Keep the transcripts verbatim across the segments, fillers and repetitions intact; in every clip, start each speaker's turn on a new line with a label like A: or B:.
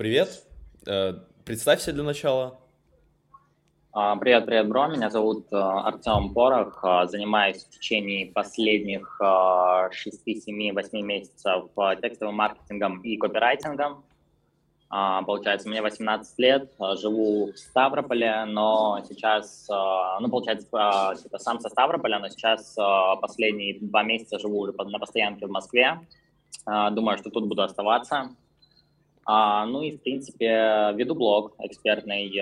A: Привет. Э, Представься для начала.
B: А, Привет, привет, бро. Меня зовут э, Артем Порох. А, Занимаюсь в течение последних а, шести, семи, восьми месяцев а, текстовым маркетингом и копирайтингом. А, Получается, мне восемнадцать лет, а, живу в Ставрополе, но сейчас, а, ну, получается, а, типа, сам со Ставрополя, но сейчас а, последние два месяца живу уже под- на постоянке в Москве. А, Думаю, что тут буду оставаться. А, ну и, в принципе, веду блог экспертный,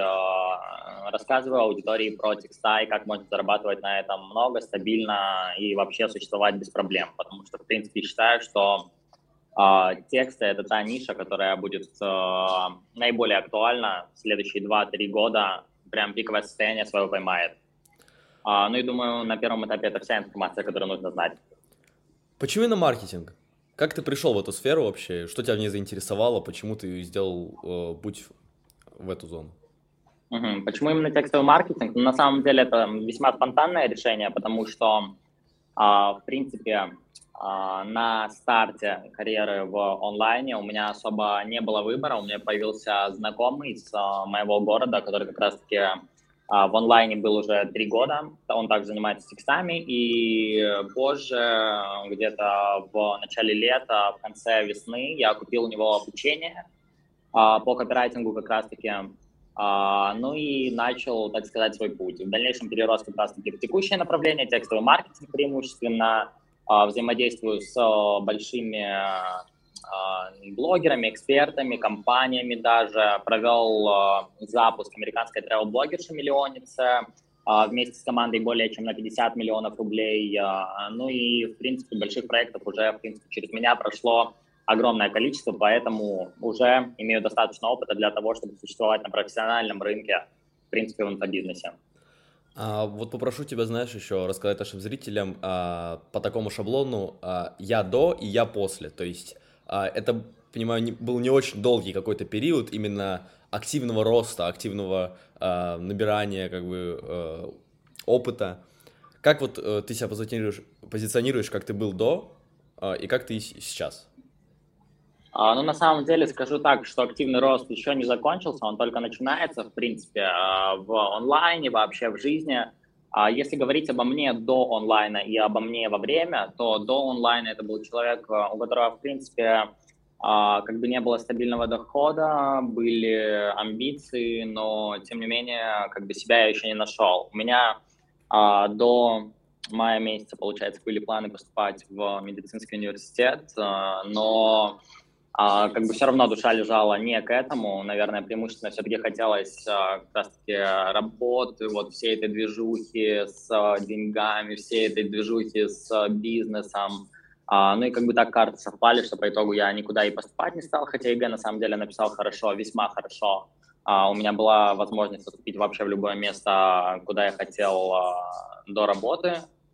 B: а, рассказываю аудитории про текста и как можно зарабатывать на этом много, стабильно и вообще существовать без проблем. Потому что, в принципе, считаю, что а, тексты — это та ниша, которая будет а, наиболее актуальна в следующие два-три года, прям пиковое состояние свое поймает. А, ну и думаю, на первом этапе это вся информация, которую нужно знать.
A: Почему именно маркетинг? Как ты пришел в эту сферу вообще? Что тебя в ней заинтересовало? Почему ты сделал э, путь в эту зону?
B: Мгм. Почему именно текстовый маркетинг? Ну, на самом деле это весьма спонтанное решение, потому что А, в принципе, а, на старте карьеры в онлайне у меня особо не было выбора. У меня появился знакомый из а, моего города, который как раз-таки а, в онлайне был уже три года. Он также занимается текстами. И позже, где-то в начале лета, в конце весны, я купил у него обучение а, по копирайтингу как раз-таки. А, ну и начал, так сказать, свой путь. В дальнейшем перерос как раз-таки в текущее направление, текстовый маркетинг преимущественно, а, взаимодействую с а, большими а, блогерами, экспертами, компаниями даже. Провел а, запуск американской travel-блогерши миллионницы а, вместе с командой более чем на пятьдесят миллионов рублей. А, ну и, в принципе, больших проектов уже, в принципе, через меня прошло огромное количество, поэтому уже имею достаточно опыта для того, чтобы существовать на профессиональном рынке, в принципе, в инфобизнесе.
A: А, вот попрошу тебя, знаешь, еще рассказать нашим зрителям а, по такому шаблону а, я до и я после. То есть а, это, понимаю, не- был не очень долгий какой-то период именно активного роста, активного а, набирания как бы э, опыта. Как вот э, ты себя позиционируешь, позиционируешь, как ты был до а, и как ты с- сейчас?
B: А, ну, на самом деле, скажу так, что активный рост еще не закончился, он только начинается, в принципе, а, в онлайне, вообще в жизни. А если говорить обо мне до онлайна и обо мне во время, то до онлайна это был человек, а, у которого, в принципе, а, как бы не было стабильного дохода, были амбиции, но, тем не менее, как бы себя я еще не нашел. У меня а, до мая месяца, получается, были планы поступать в медицинский университет, а, но а, как бы все равно душа лежала не к этому, наверное, преимущественно все-таки хотелось а, как раз-таки работы, вот всей этой движухи с а, деньгами, всей этой движухи с а, бизнесом. А, ну и как бы так карты совпали, что по итогу я никуда и поступать не стал, хотя ЕГЭ на самом деле написал хорошо, весьма хорошо. А, у меня была возможность поступить вообще в любое место, куда я хотел а, до работы.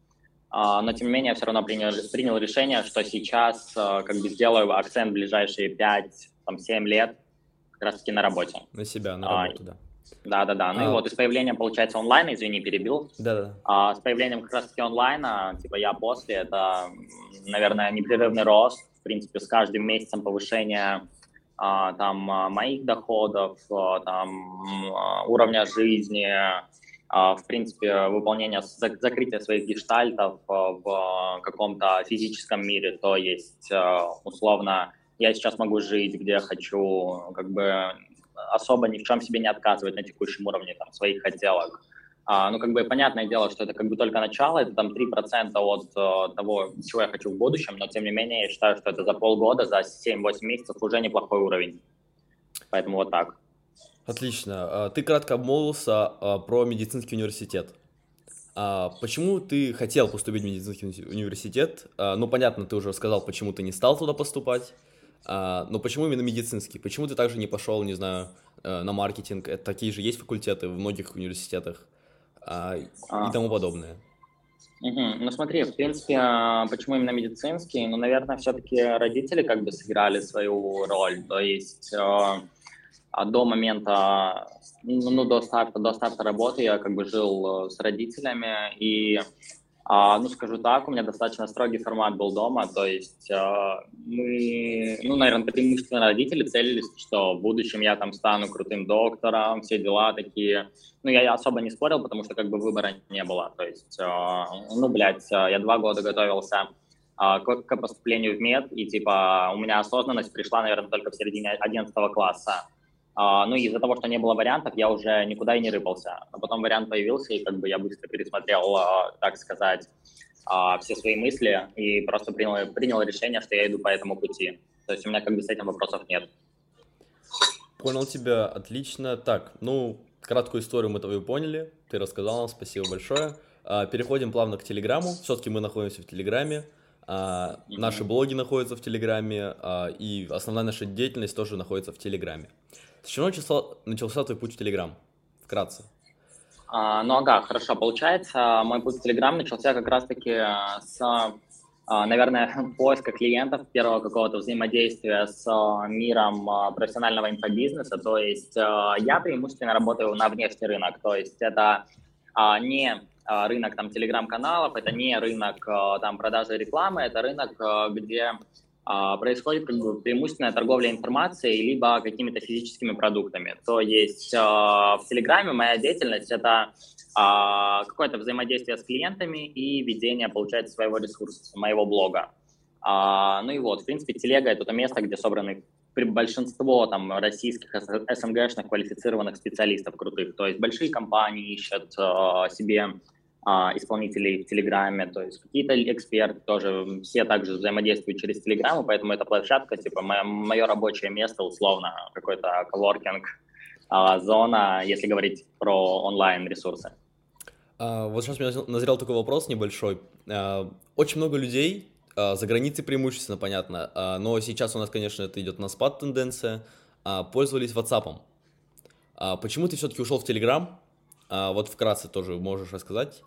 B: А, но тем не менее, я все равно принял, принял решение, что сейчас а, как бы сделаю акцент в ближайшие пять-семь лет как раз-таки на работе.
A: На себя, на
B: А,
A: работу, да.
B: Да-да-да. Ну и
A: А,
B: вот, и с появлением, получается, онлайна, извини, перебил,
A: да-да-да.
B: а, с появлением как раз-таки онлайна, типа я после, это, м, наверное, непрерывный рост, в принципе, с каждым месяцем повышение а, там а, моих доходов, а, там а, уровня жизни, а, в принципе, выполнение, зак- закрытие своих гештальтов а, в каком-то физическом мире, то есть а, условно я сейчас могу жить, где хочу, как бы особо ни в чем себе не отказывать на текущем уровне там, своих хотелок. А, ну, как бы, понятное дело, что это как бы только начало, это там три процента от э, того, чего я хочу в будущем, но, тем не менее, я считаю, что это за полгода, за семь-восемь месяцев уже неплохой уровень. Поэтому вот так.
A: Отлично. А, Ты кратко обмолвился а, про медицинский университет. А почему ты хотел поступить в медицинский уни- университет? А, ну, понятно, ты уже сказал, почему ты не стал туда поступать. А, но почему именно медицинский? Почему ты также не пошел, не знаю, э, на маркетинг? Это такие же есть факультеты в многих университетах а, и
B: А,
A: тому подобное.
B: мгм. Ну, смотри, в принципе, а, почему именно медицинский? Ну, наверное, все-таки родители как бы сыграли свою роль. То есть э, а до момента, ну, ну, до старта, до старта работы я как бы жил э, с родителями, и А, ну, скажу так, у меня достаточно строгий формат был дома, то есть а, мы, ну, наверное, преимущественно родители целились, что в будущем я там стану крутым доктором, все дела такие. Ну, я особо не спорил, потому что как бы выбора не было. То есть, а, ну, блядь, а, я два года готовился а, к, к поступлению в мед, и типа у меня осознанность пришла, наверное, только в середине одиннадцатого класса. А, ну, из-за того, что не было вариантов, я уже никуда и не рыпался. А потом вариант появился, и как бы я быстро пересмотрел, а, так сказать, а, все свои мысли и просто принял, принял решение, что я иду по этому пути. То есть у меня как бы с этим вопросов нет.
A: Понял тебя, отлично. Так, ну, краткую историю мы твою поняли, ты рассказал нам, спасибо большое. А, переходим плавно к Телеграму. Все-таки мы находимся в Телеграме. А, наши
B: Мгм.
A: блоги находятся в Телеграме, а, и основная наша деятельность тоже находится в Телеграме. С чего начался, начался твой путь в Телеграм? Вкратце.
B: А, ну ага, хорошо, получается, мой путь в Telegram начался как раз-таки а, с, а, наверное, поиска клиентов, первого какого-то взаимодействия с а, миром а, профессионального инфобизнеса. То есть а, я преимущественно работаю на внешний рынок, то есть это а, не а, рынок там телеграм-каналов, это не рынок а, там продажи рекламы, это рынок, а, где а, происходит как бы преимущественная торговля информацией либо какими-то физическими продуктами. То есть а, в Телеграме моя деятельность – это а, какое-то взаимодействие с клиентами и ведение, получается, своего ресурса, моего блога. А, ну и вот, в принципе, Телега – это то место, где собраны большинство там российских СНГшных квалифицированных специалистов крутых. То есть большие компании ищут а, себе а, исполнителей в Телеграме, то есть какие-то эксперты тоже, все также взаимодействуют через Телеграм, и поэтому эта площадка, типа, мое, мое рабочее место, условно, какой-то коворкинг, а, зона, если говорить про онлайн-ресурсы.
A: А, вот сейчас у меня назрел назрел такой вопрос небольшой. А, очень много людей, а, за границей преимущественно, понятно, а, но сейчас у нас, конечно, это идет на спад тенденция, а, пользовались WhatsApp. А почему ты все-таки ушел в Telegram? А, вот вкратце тоже можешь рассказать.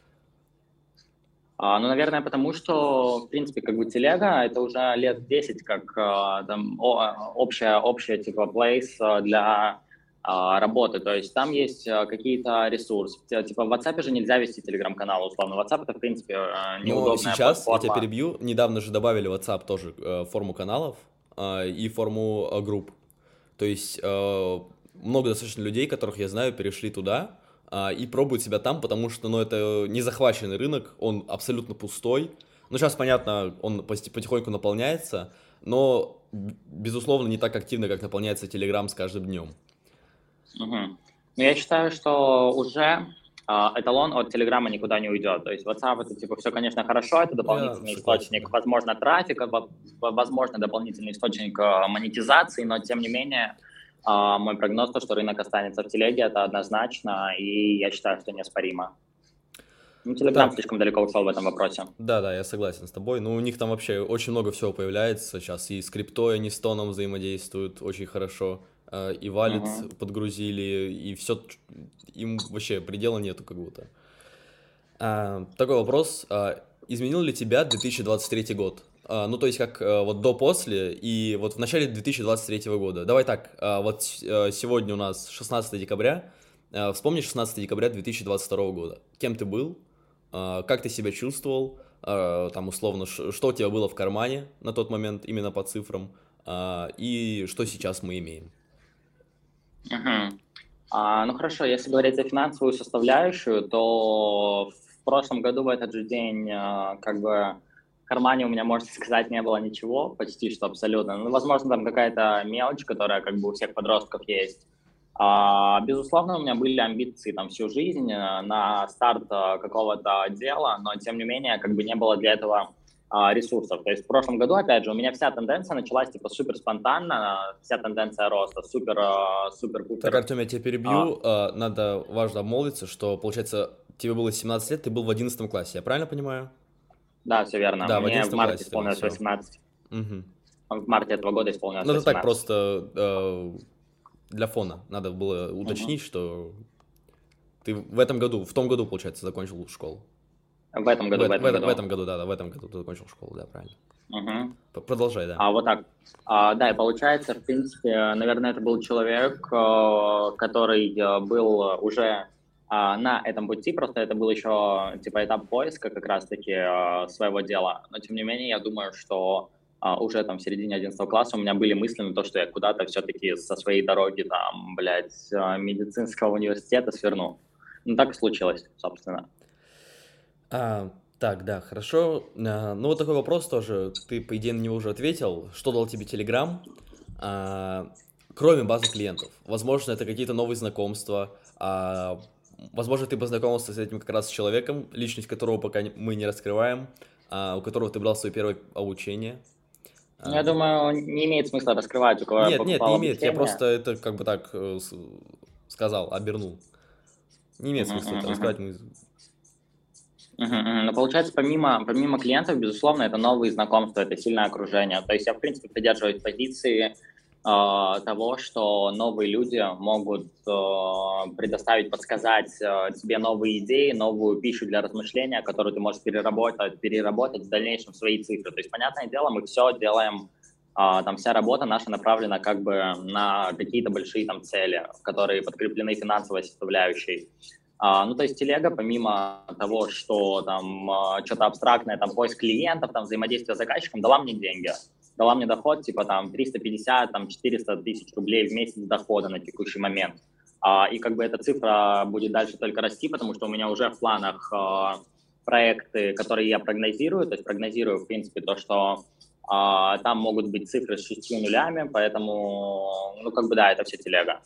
B: А, ну, наверное, потому что, в принципе, как бы телега, это уже лет десять как а, там о- общая, общая типа place а, для а, работы. То есть там есть а, какие-то ресурсы. Те- Типа в WhatsApp же нельзя вести телеграм-канал, условно. WhatsApp это, в принципе, а,
A: Но
B: неудобная
A: сейчас, я тебя
B: платформа.
A: перебью, недавно же добавили в WhatsApp тоже э, форму каналов а, и форму э, групп. То есть э, много достаточно людей, которых я знаю, перешли туда а, и пробуют себя там, потому что, ну, это не захваченный рынок, он абсолютно пустой. Ну, сейчас, понятно, он пости- потихоньку наполняется, но, б- безусловно, не так активно, как наполняется Telegram с каждым днем.
B: Мгм. Ну, я считаю, что уже а, эталон от Телеграма никуда не уйдет. То есть WhatsApp это типа все, конечно, хорошо, это
A: Ну, я
B: дополнительный
A: согласен,
B: источник,
A: да.
B: возможно, трафика, во- во- возможно, дополнительный источник а, монетизации, но тем не менее а, мой прогноз то, что рынок останется в телеге, это однозначно, и я считаю, что неоспоримо. Ну, Телеграм
A: Так,
B: слишком далеко ушел в этом вопросе.
A: да-да, я согласен с тобой. Ну, у них там вообще очень много всего появляется сейчас. И с криптой они с тоном взаимодействуют очень хорошо. э, И валит
B: Мгм.
A: подгрузили, и все, им вообще предела нету как будто. А, такой вопрос. а, Изменил ли тебя две тысячи двадцать третий год? А, ну, то есть, как э, вот до-после и вот в начале две тысячи двадцать третьего года. Давай так, а, вот с- э, сегодня у нас шестнадцатое декабря. А, Вспомни шестнадцатое декабря две тысячи двадцать второго года. Кем ты был? А, Как ты себя чувствовал? А, Там, условно, ш- что у тебя было в кармане на тот момент, именно по цифрам? А, И что сейчас мы имеем?
B: Мгм. А, ну хорошо, если говорить за финансовую составляющую, то в прошлом году в этот же день а, как бы в кармане у меня, можно сказать, не было ничего, почти что абсолютно. Ну, возможно, там какая-то мелочь, которая как бы у всех подростков есть. А, безусловно, у меня были амбиции там всю жизнь э, на старт э, какого-то дела, но тем не менее как бы не было для этого а, ресурсов. То есть в прошлом году, опять же, у меня вся тенденция началась типа супер спонтанно, вся тенденция роста, супер, э,
A: Так,
B: супер-пупер.
A: Артем, я тебя
B: А,
A: перебью. А, Надо, важно обмолвиться, что, получается, тебе было семнадцать лет, ты был в одиннадцатом классе, я правильно понимаю?
B: да, все верно.
A: Да, в
B: Мне в
A: одиннадцатом
B: марте
A: классе ты был,
B: исполнилось
A: все.
B: восемнадцать.
A: Мгм.
B: В марте этого года исполнилось
A: Ну, это так,
B: восемнадцать.
A: просто э, для фона. Надо было
B: Мгм.
A: уточнить, что ты в этом году, в том году, получается, закончил школу.
B: В этом
A: В,
B: году, в
A: эт- в,
B: этом
A: эт- в
B: году.
A: этом году, да, да, в этом году ты закончил школу, да, правильно.
B: Мгм.
A: П- Продолжай, да.
B: А вот так. А, да, и получается, в принципе, наверное, это был человек, э, который э, был уже а, на этом пути, просто это был еще типа этап поиска как раз-таки а, своего дела. Но тем не менее, я думаю, что а, уже там в середине одиннадцатого класса у меня были мысли на то, что я куда-то все-таки со своей дороги там, блядь, а, медицинского университета сверну. Ну, так и случилось, собственно.
A: А, так, да, хорошо. А, ну, вот такой вопрос тоже. Ты, по идее, на него уже ответил. Что дал тебе Telegram? А, кроме базы клиентов. Возможно, это какие-то новые знакомства. А, возможно, ты познакомился с этим как раз человеком, личность которого пока не- мы не раскрываем, а, у которого ты брал свое первое обучение.
B: Ну, я
A: А,
B: думаю, не имеет смысла раскрывать, у кого я
A: нет, нет,
B: покупал
A: не имеет. Я
B: обучение.
A: просто это как бы так э, с- сказал, обернул. Не имеет
B: Мгм,
A: смысла это
B: мгм, мгм.
A: раскрывать. Мы...
B: Мгм, мгм. Но получается, помимо, помимо клиентов, безусловно, это новые знакомства, это сильное окружение. То есть я, в принципе, придерживаюсь позиции а, того, что новые люди могут а, предоставить, подсказать а, тебе новые идеи, новую пищу для размышления, которую ты можешь переработать, переработать в дальнейшем в свои цифры. То есть, понятное дело, мы все делаем, а, там вся работа наша направлена как бы на какие-то большие там цели, которые подкреплены финансовой составляющей. А, ну, то есть телега, помимо того, что там а, что-то абстрактное, там поиск клиентов, там взаимодействие с заказчиком, дала мне деньги. Дала мне доход, типа там триста пятьдесят, там четыреста тысяч рублей в месяц дохода на текущий момент. А, и как бы эта цифра будет дальше только расти, потому что у меня уже в планах а, проекты, которые я прогнозирую, то есть прогнозирую, в принципе, то, что а, там могут быть цифры с шестью нулями, поэтому, ну, как бы, да, это все телега.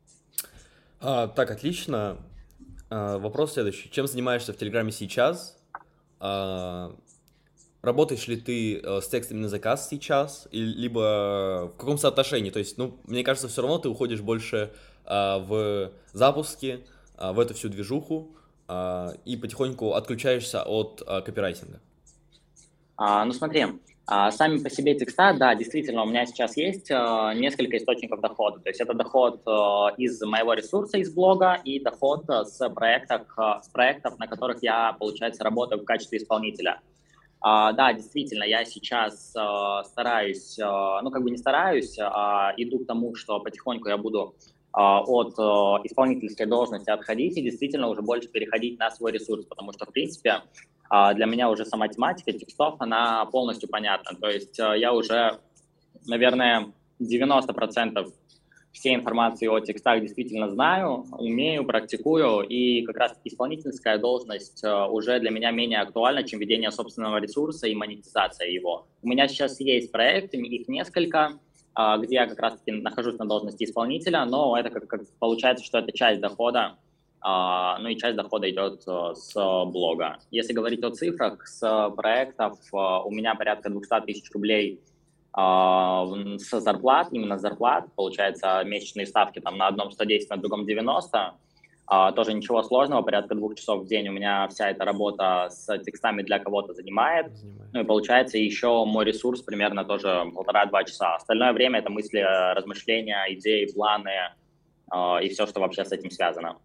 A: А, так, отлично. А, вопрос следующий. Чем занимаешься в Телеграме сейчас? А, работаешь ли ты э, с текстами на заказ сейчас? И- либо в каком соотношении? То есть, ну, мне кажется, все равно ты уходишь больше а, в запуски, а, в эту всю движуху, а, и потихоньку отключаешься от а, копирайтинга.
B: А, ну смотри, а, сами по себе текста, да, действительно, у меня сейчас есть а, несколько источников дохода. То есть это доход а, из моего ресурса, из блога, и доход а, с проектов, а, с проектов, на которых я, получается, работаю в качестве исполнителя. А, да, действительно, я сейчас а, стараюсь, а, ну как бы не стараюсь, а иду к тому, что потихоньку я буду а, от а, исполнительской должности отходить и действительно уже больше переходить на свой ресурс, потому что, в принципе, а, для меня уже сама тематика текстов, она полностью понятна. То есть а, я уже, наверное, девяносто процентов всей информации о текстах действительно знаю, умею, практикую, и как раз исполнительская должность э, уже для меня менее актуальна, чем ведение собственного ресурса и монетизация его. У меня сейчас есть проекты, их несколько, а, где я как раз-таки нахожусь на должности исполнителя, но это как, как получается, что это часть дохода, а, ну и часть дохода идет э, с блога. Если говорить о цифрах, с проектов э, у меня порядка двести тысяч рублей а, с зарплат, именно с зарплат, получается, месячные ставки там на одном сто десять, на другом девяносто, а, тоже ничего сложного, порядка двух часов в день у меня вся эта работа с текстами для кого-то занимает,
A: Занимает.
B: ну и получается еще мой ресурс примерно тоже полтора-два часа. Остальное время это мысли, размышления, идеи, планы а, и все, что вообще с этим связано.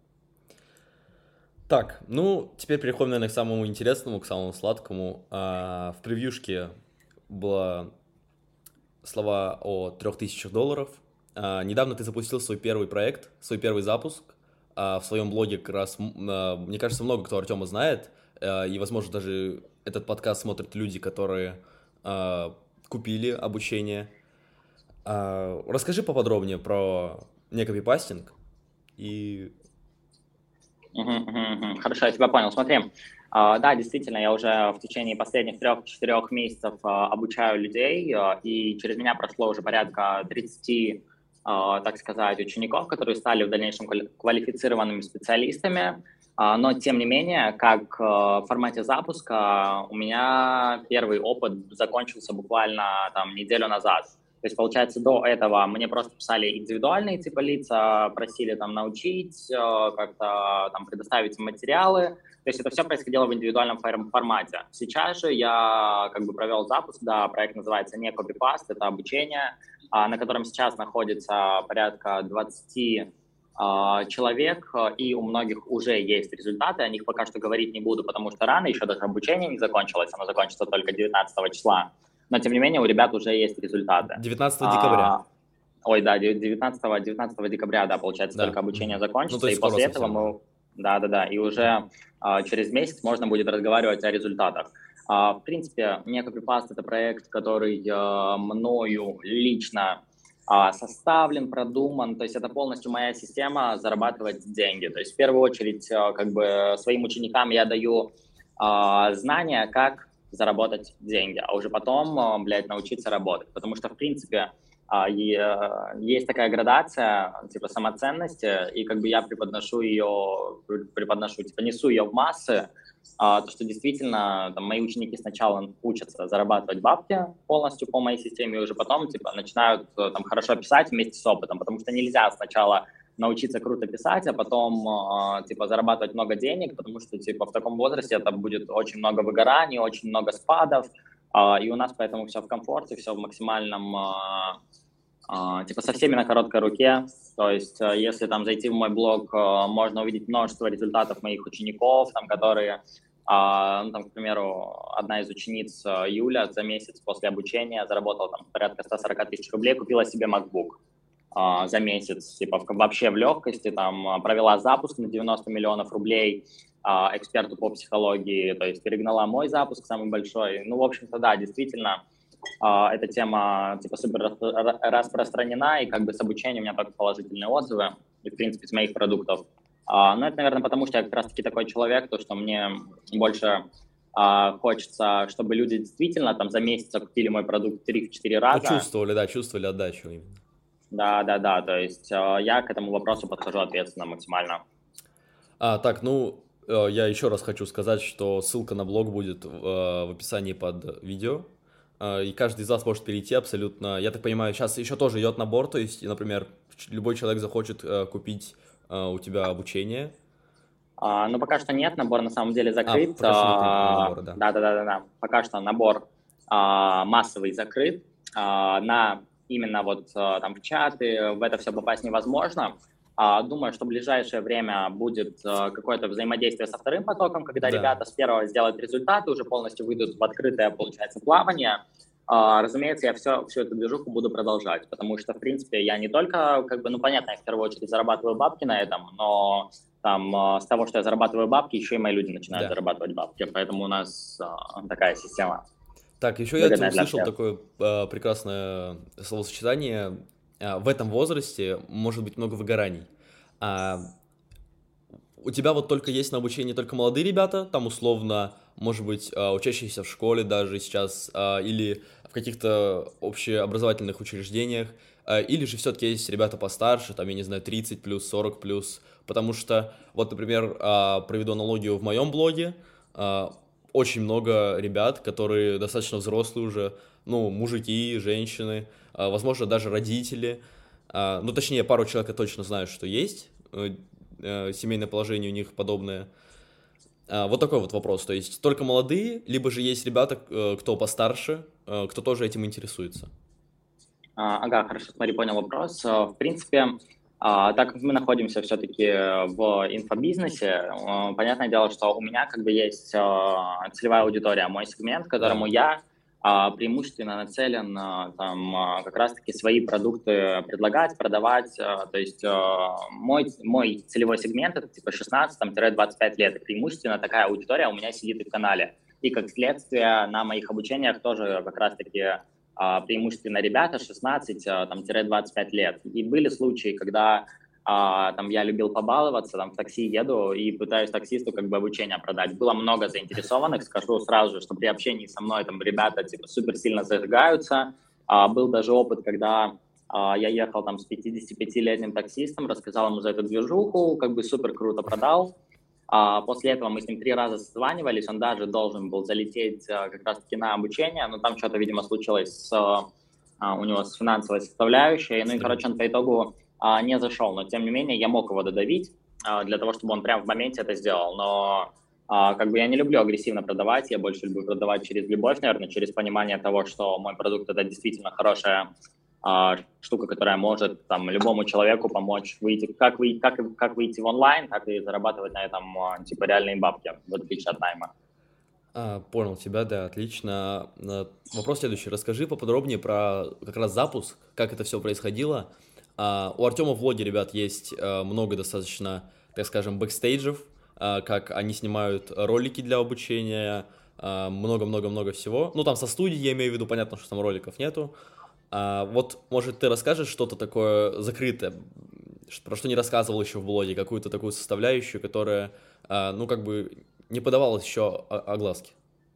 A: Так, ну, теперь переходим, наверное, к самому интересному, к самому сладкому. А, в превьюшке было слова о трех тысячах долларов. А, недавно ты запустил свой первый проект, свой первый запуск. А, в своем блоге как раз, м, а, мне кажется, много кто Артема знает. А, и, возможно, даже этот подкаст смотрят люди, которые а, купили обучение. А, расскажи поподробнее про некопипастинг и...
B: Мгм, мгм, мгм. Хорошо, я тебя понял. Смотри, а, да, действительно, я уже в течение последних трех-четырех месяцев а, обучаю людей, а, и через меня прошло уже порядка тридцати, а, так сказать, учеников, которые стали в дальнейшем квали- квалифицированными специалистами. А, Но, тем не менее, как а, в формате запуска у меня первый опыт закончился буквально там неделю назад. То есть, получается, до этого мне просто писали индивидуальные типа лица, просили там научить, э, как-то там предоставить им материалы. То есть это все происходило в индивидуальном фор- формате. Сейчас же я как бы провел запуск, да, проект называется не Copypast, это обучение, а, на котором сейчас находится порядка двадцати а, человек, э, и у многих уже есть результаты, о них пока что говорить не буду, потому что рано, еще даже обучение не закончилось, оно закончится только девятнадцатого числа. Но, тем не менее, у ребят уже есть результаты.
A: девятнадцатого декабря.
B: А, ой, да, девятнадцатого девятнадцатого декабря, да, получается,
A: Да.
B: только обучение
A: Мгм. Ну, то
B: закончится, и
A: есть скоро
B: после этого
A: совсем уже.
B: мы, Да-да-да, и уже а, через месяц можно будет разговаривать о результатах. А, в принципе, Некопипаст — это проект, который а, мною лично а, составлен, продуман, то есть это полностью моя система зарабатывать деньги. То есть в первую очередь а, как бы своим ученикам я даю а, знания, как заработать деньги, а уже потом, а, блядь, научиться работать. Потому что, в принципе, а, и, э, есть такая градация, типа, самоценности, и как бы я преподношу ее, преподношу, типа, несу ее в массы, а, то, что действительно там, мои ученики сначала учатся зарабатывать бабки полностью по моей системе, и уже потом, типа, начинают э, там хорошо писать вместе с опытом, потому что нельзя сначала научиться круто писать, а потом, э, типа, зарабатывать много денег, потому что, типа, в таком возрасте это будет очень много выгораний, очень много спадов, а, и у нас поэтому все в комфорте, все в максимальном, а, а, типа со всеми на короткой руке. То есть э, если там зайти в мой блог, э, можно увидеть множество результатов моих учеников, там, которые, а, ну, там, к примеру, одна из учениц, э, Юля, за месяц после обучения заработала там порядка сто сорок тысяч рублей, купила себе MacBook а, за месяц, типа в- вообще в легкости, там, а, провела запуск на девяносто миллионов рублей, а, эксперту по психологии, то есть перегнала мой запуск самый большой. Ну, в общем-то, да, действительно, а, эта тема типа супер распро- распространена, и как бы с обучением у меня только положительные отзывы, и, в принципе, с моих продуктов. А, ну, это, наверное, потому что я как раз-таки такой человек, то, что мне больше а, хочется, чтобы люди действительно там за месяц купили мой продукт три-четыре
A: Ну,
B: раза.
A: чувствовали, да, чувствовали отдачу именно.
B: Да, да, да, то есть а, я к этому вопросу подхожу ответственно максимально.
A: А, так, ну, э, я еще раз хочу сказать, что ссылка на блог будет в, э, в описании под видео, э, и каждый из вас может перейти абсолютно. Я так понимаю, сейчас еще тоже идет набор, то есть, например, ч- любой человек захочет э, купить э, у тебя обучение.
B: А, ну, пока что нет, набор на самом деле
A: А,
B: закрыт.
A: пока что нет э,
B: А,
A: набора, да.
B: да, да, да, да, да. Пока что набор а, массовый закрыт. А, на именно вот а, там в чаты, в это все попасть невозможно. А, думаю, что в ближайшее время будет а, какое-то взаимодействие со вторым потоком, когда
A: Да,
B: ребята с первого сделают результаты, уже полностью выйдут в открытое, получается, плавание. А, разумеется, я все, всю эту движуху буду продолжать, потому что, в принципе, я не только, как бы, ну, понятно, я в первую очередь зарабатываю бабки на этом, но там э, с того, что я зарабатываю бабки, еще и мои люди начинают
A: да.
B: зарабатывать бабки. Поэтому у нас э, такая система
A: Так, еще я это
B: выгодная для
A: услышал
B: всех.
A: такое э, прекрасное словосочетание. А, в этом возрасте может быть много выгораний. А, у тебя вот только есть на обучении только молодые ребята, там условно, может быть, а, учащиеся в школе даже сейчас, а, или в каких-то общеобразовательных учреждениях, а, или же все-таки есть ребята постарше, там, я не знаю, тридцать плюс, сорок плюс, потому что, вот, например, а, проведу аналогию в моем блоге, а, очень много ребят, которые достаточно взрослые уже, ну, мужики, женщины, а, возможно, даже родители, а, ну, точнее, пару человек я точно знаю, что есть, э, э, семейное положение у них подобное. А, вот такой вот вопрос. То есть только молодые, либо же есть ребята, э, кто постарше, э, кто тоже этим интересуется.
B: А, ага, хорошо, смотри, понял вопрос. Э, В принципе, а, так как мы находимся все-таки в инфобизнесе, э, понятное дело, что у меня как бы есть э, целевая аудитория, мой сегмент, которому
A: Да,
B: я а, преимущественно нацелен а, там а, как раз-таки свои продукты предлагать, продавать. а, То есть э, мой, мой целевой сегмент — это типа шестнадцать-двадцать пять лет, и преимущественно такая аудитория у меня сидит и в канале. И как следствие на моих обучениях тоже как раз-таки а, преимущественно ребята шестнадцать-двадцать пять лет. И были случаи, когда а, там я любил побаловаться, там в такси еду и пытаюсь таксисту как бы обучение продать. Было много заинтересованных, скажу сразу же, что при общении со мной там ребята типа супер сильно зажигаются. А, был даже опыт, когда а, я ехал там с пятидесятипятилетним таксистом, рассказал ему за эту движуху, как бы супер круто продал. А после этого мы с ним три раза созванивались, он даже должен был залететь а, как раз-таки на обучение, но там что-то, видимо, случилось с, а, у него с финансовой составляющей, ну и,
A: стрим.
B: короче, он по итогу а, не зашел, но тем не менее я мог его додавить а, для того, чтобы он прямо в моменте это сделал, но а, как бы я не люблю агрессивно продавать, я больше люблю продавать через любовь, наверное, через понимание того, что мой продукт — это действительно хорошая а, штука, которая может там любому человеку помочь выйти, как, вы, как, как выйти в онлайн, так и зарабатывать на этом а, типа реальные бабки, в отличие от найма.
A: А, понял тебя, да, отлично. А, вопрос следующий. Расскажи поподробнее про как раз запуск, как это все происходило. А, у Артема в влоге, ребят, есть а, много достаточно, так скажем, бэкстейджев, а, как они снимают ролики для обучения, а, много-много-много всего. Ну, там со студией, я имею в виду, понятно, что там роликов нету. А, вот, может, ты расскажешь что-то такое закрытое, ш- про что не рассказывал еще в блоге, какую-то такую составляющую, которая, а, ну, как бы не подавалась еще о- огласке.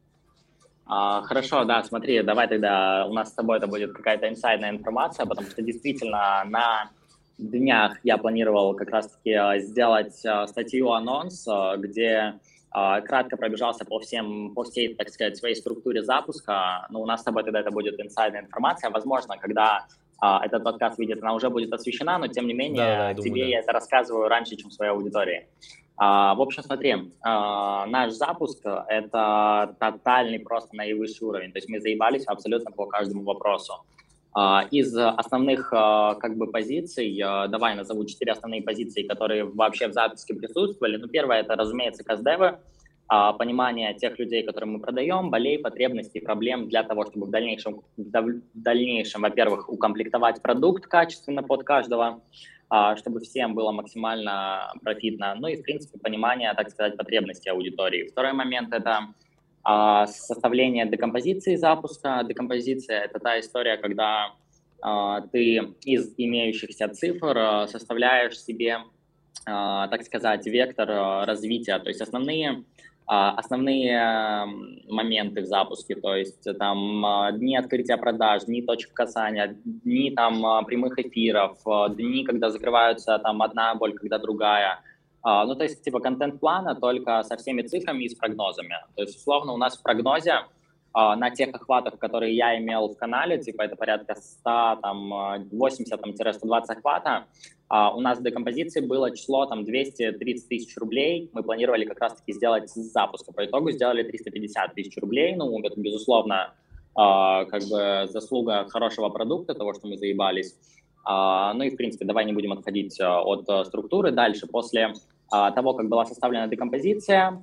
B: А, хорошо, да, смотри, давай тогда у нас с тобой это будет какая-то инсайдная информация, потому что действительно на днях я планировал как раз-таки а, сделать а, статью-анонс, а, где а, кратко пробежался по всем, по всей, так сказать, своей структуре запуска. Но у нас с тобой тогда это будет инсайдная информация. Возможно, когда а, этот подкаст выйдет, она уже будет освещена, но тем не
A: Да-да-да, я
B: менее
A: думаю,
B: тебе
A: да.
B: я это рассказываю раньше, чем своей аудитории. А, в общем, смотри, а, наш запуск– это тотальный просто наивысший уровень, то есть мы заебались абсолютно по каждому вопросу. А, из основных а, как бы позиций, а, давай назову четыре основные позиции, которые вообще в запуске присутствовали. Ну, первое– это, разумеется, каздевы, а, понимание тех людей, которым мы продаем, болей, потребностей, проблем для того, чтобы в дальнейшем, в дальнейшем, во-первых, укомплектовать продукт качественно под каждого, а, чтобы всем было максимально профитно. Ну и, в принципе, понимание, так сказать, потребностей аудитории. Второй момент– это а, составление декомпозиции запуска. Декомпозиция– это та история, когда а, ты из имеющихся цифр а, составляешь себе, а, так сказать, вектор а, развития. То есть основные а, основные м, моменты в запуске, то есть там а, дни открытия продаж, дни точек касания, дни там а, прямых эфиров, а, дни, когда закрываются там одна боль, когда другая. А, Ну, то есть типа контент-плана, только со всеми цифрами и с прогнозами. То есть, условно, у нас в прогнозе а, на тех охватах, которые я имел в канале, типа это порядка сто, там, а, восемьдесят, там, сто двадцать охвата, а, у нас в декомпозиции было число там двести тридцать тысяч рублей. Мы планировали как раз-таки сделать с запуска. По итогу сделали триста пятьдесят тысяч рублей. Ну, это, безусловно, а, как бы заслуга хорошего продукта, того, что мы заебались. А, ну и, в принципе, давай не будем отходить а, от а, структуры. Дальше, после а, того, как была составлена декомпозиция,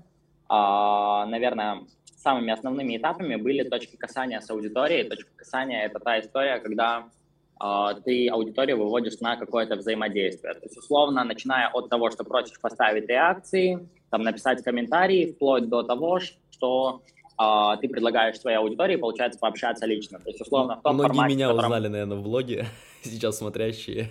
B: а, наверное, самыми основными этапами были точки касания с аудиторией. Точка касания– это та история, когда а, ты аудиторию выводишь на какое-то взаимодействие. То есть, условно, начиная от того, что просишь поставить реакции, там, написать комментарии, вплоть до того, что а, ты предлагаешь своей аудитории, получается, пообщаться лично. То есть,
A: М-
B: условно, в том
A: Многие
B: формате, в
A: меня
B: котором...
A: узнали, наверное, в блоге, сейчас смотрящие.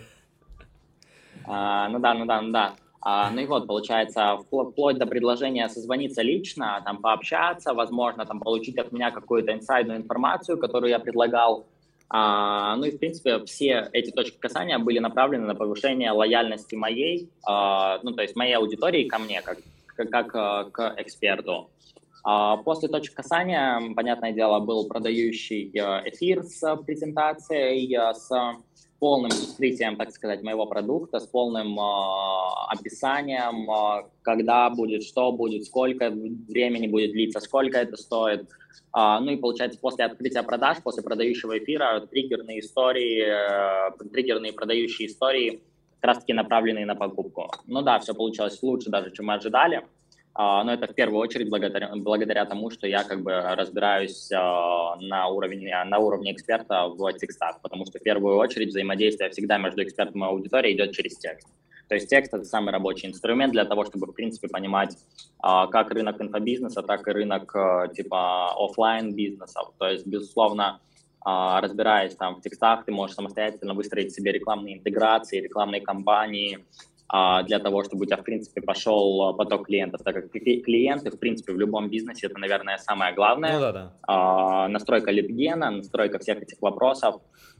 B: А, ну да, ну да, ну да. А, ну и вот, получается, впло- вплоть до предложения созвониться лично, там, пообщаться, возможно, там, получить от меня какую-то инсайдную информацию, которую я предлагал. А, ну и, в принципе, все эти точки касания были направлены на повышение лояльности моей, а, ну, то есть моей аудитории ко мне, как, как, как а, к эксперту. А, После точек касания, понятное дело, был продающий э, эфир с презентацией, э, с полным вскрытием, так сказать, моего продукта, с полным э, описанием, э, когда будет, что будет, сколько времени будет длиться, сколько это стоит. А, ну и получается, после открытия продаж, после продающего эфира, триггерные истории, э, триггерные продающие истории, как раз-таки направленные на покупку. Ну да, все получилось лучше даже, чем мы ожидали. А, Но это в первую очередь благодаря, благодаря тому, что я как бы разбираюсь а, на уровне, на уровне эксперта в текстах, потому что в первую очередь взаимодействие всегда между экспертом и аудиторией идет через текст. То есть текст– это самый рабочий инструмент для того, чтобы, в принципе, понимать а, как рынок инфобизнеса, так и рынок а, типа офлайн бизнеса. То есть, безусловно, а, разбираясь там в текстах, ты можешь самостоятельно выстроить себе рекламные интеграции, рекламные кампании, а, для того, чтобы у тебя, в принципе, пошел поток клиентов, так как клиенты, в принципе, в любом бизнесе это, наверное, самое
A: Ну
B: главное.
A: да, да.
B: А, настройка лидгена, настройка всех этих вопросов.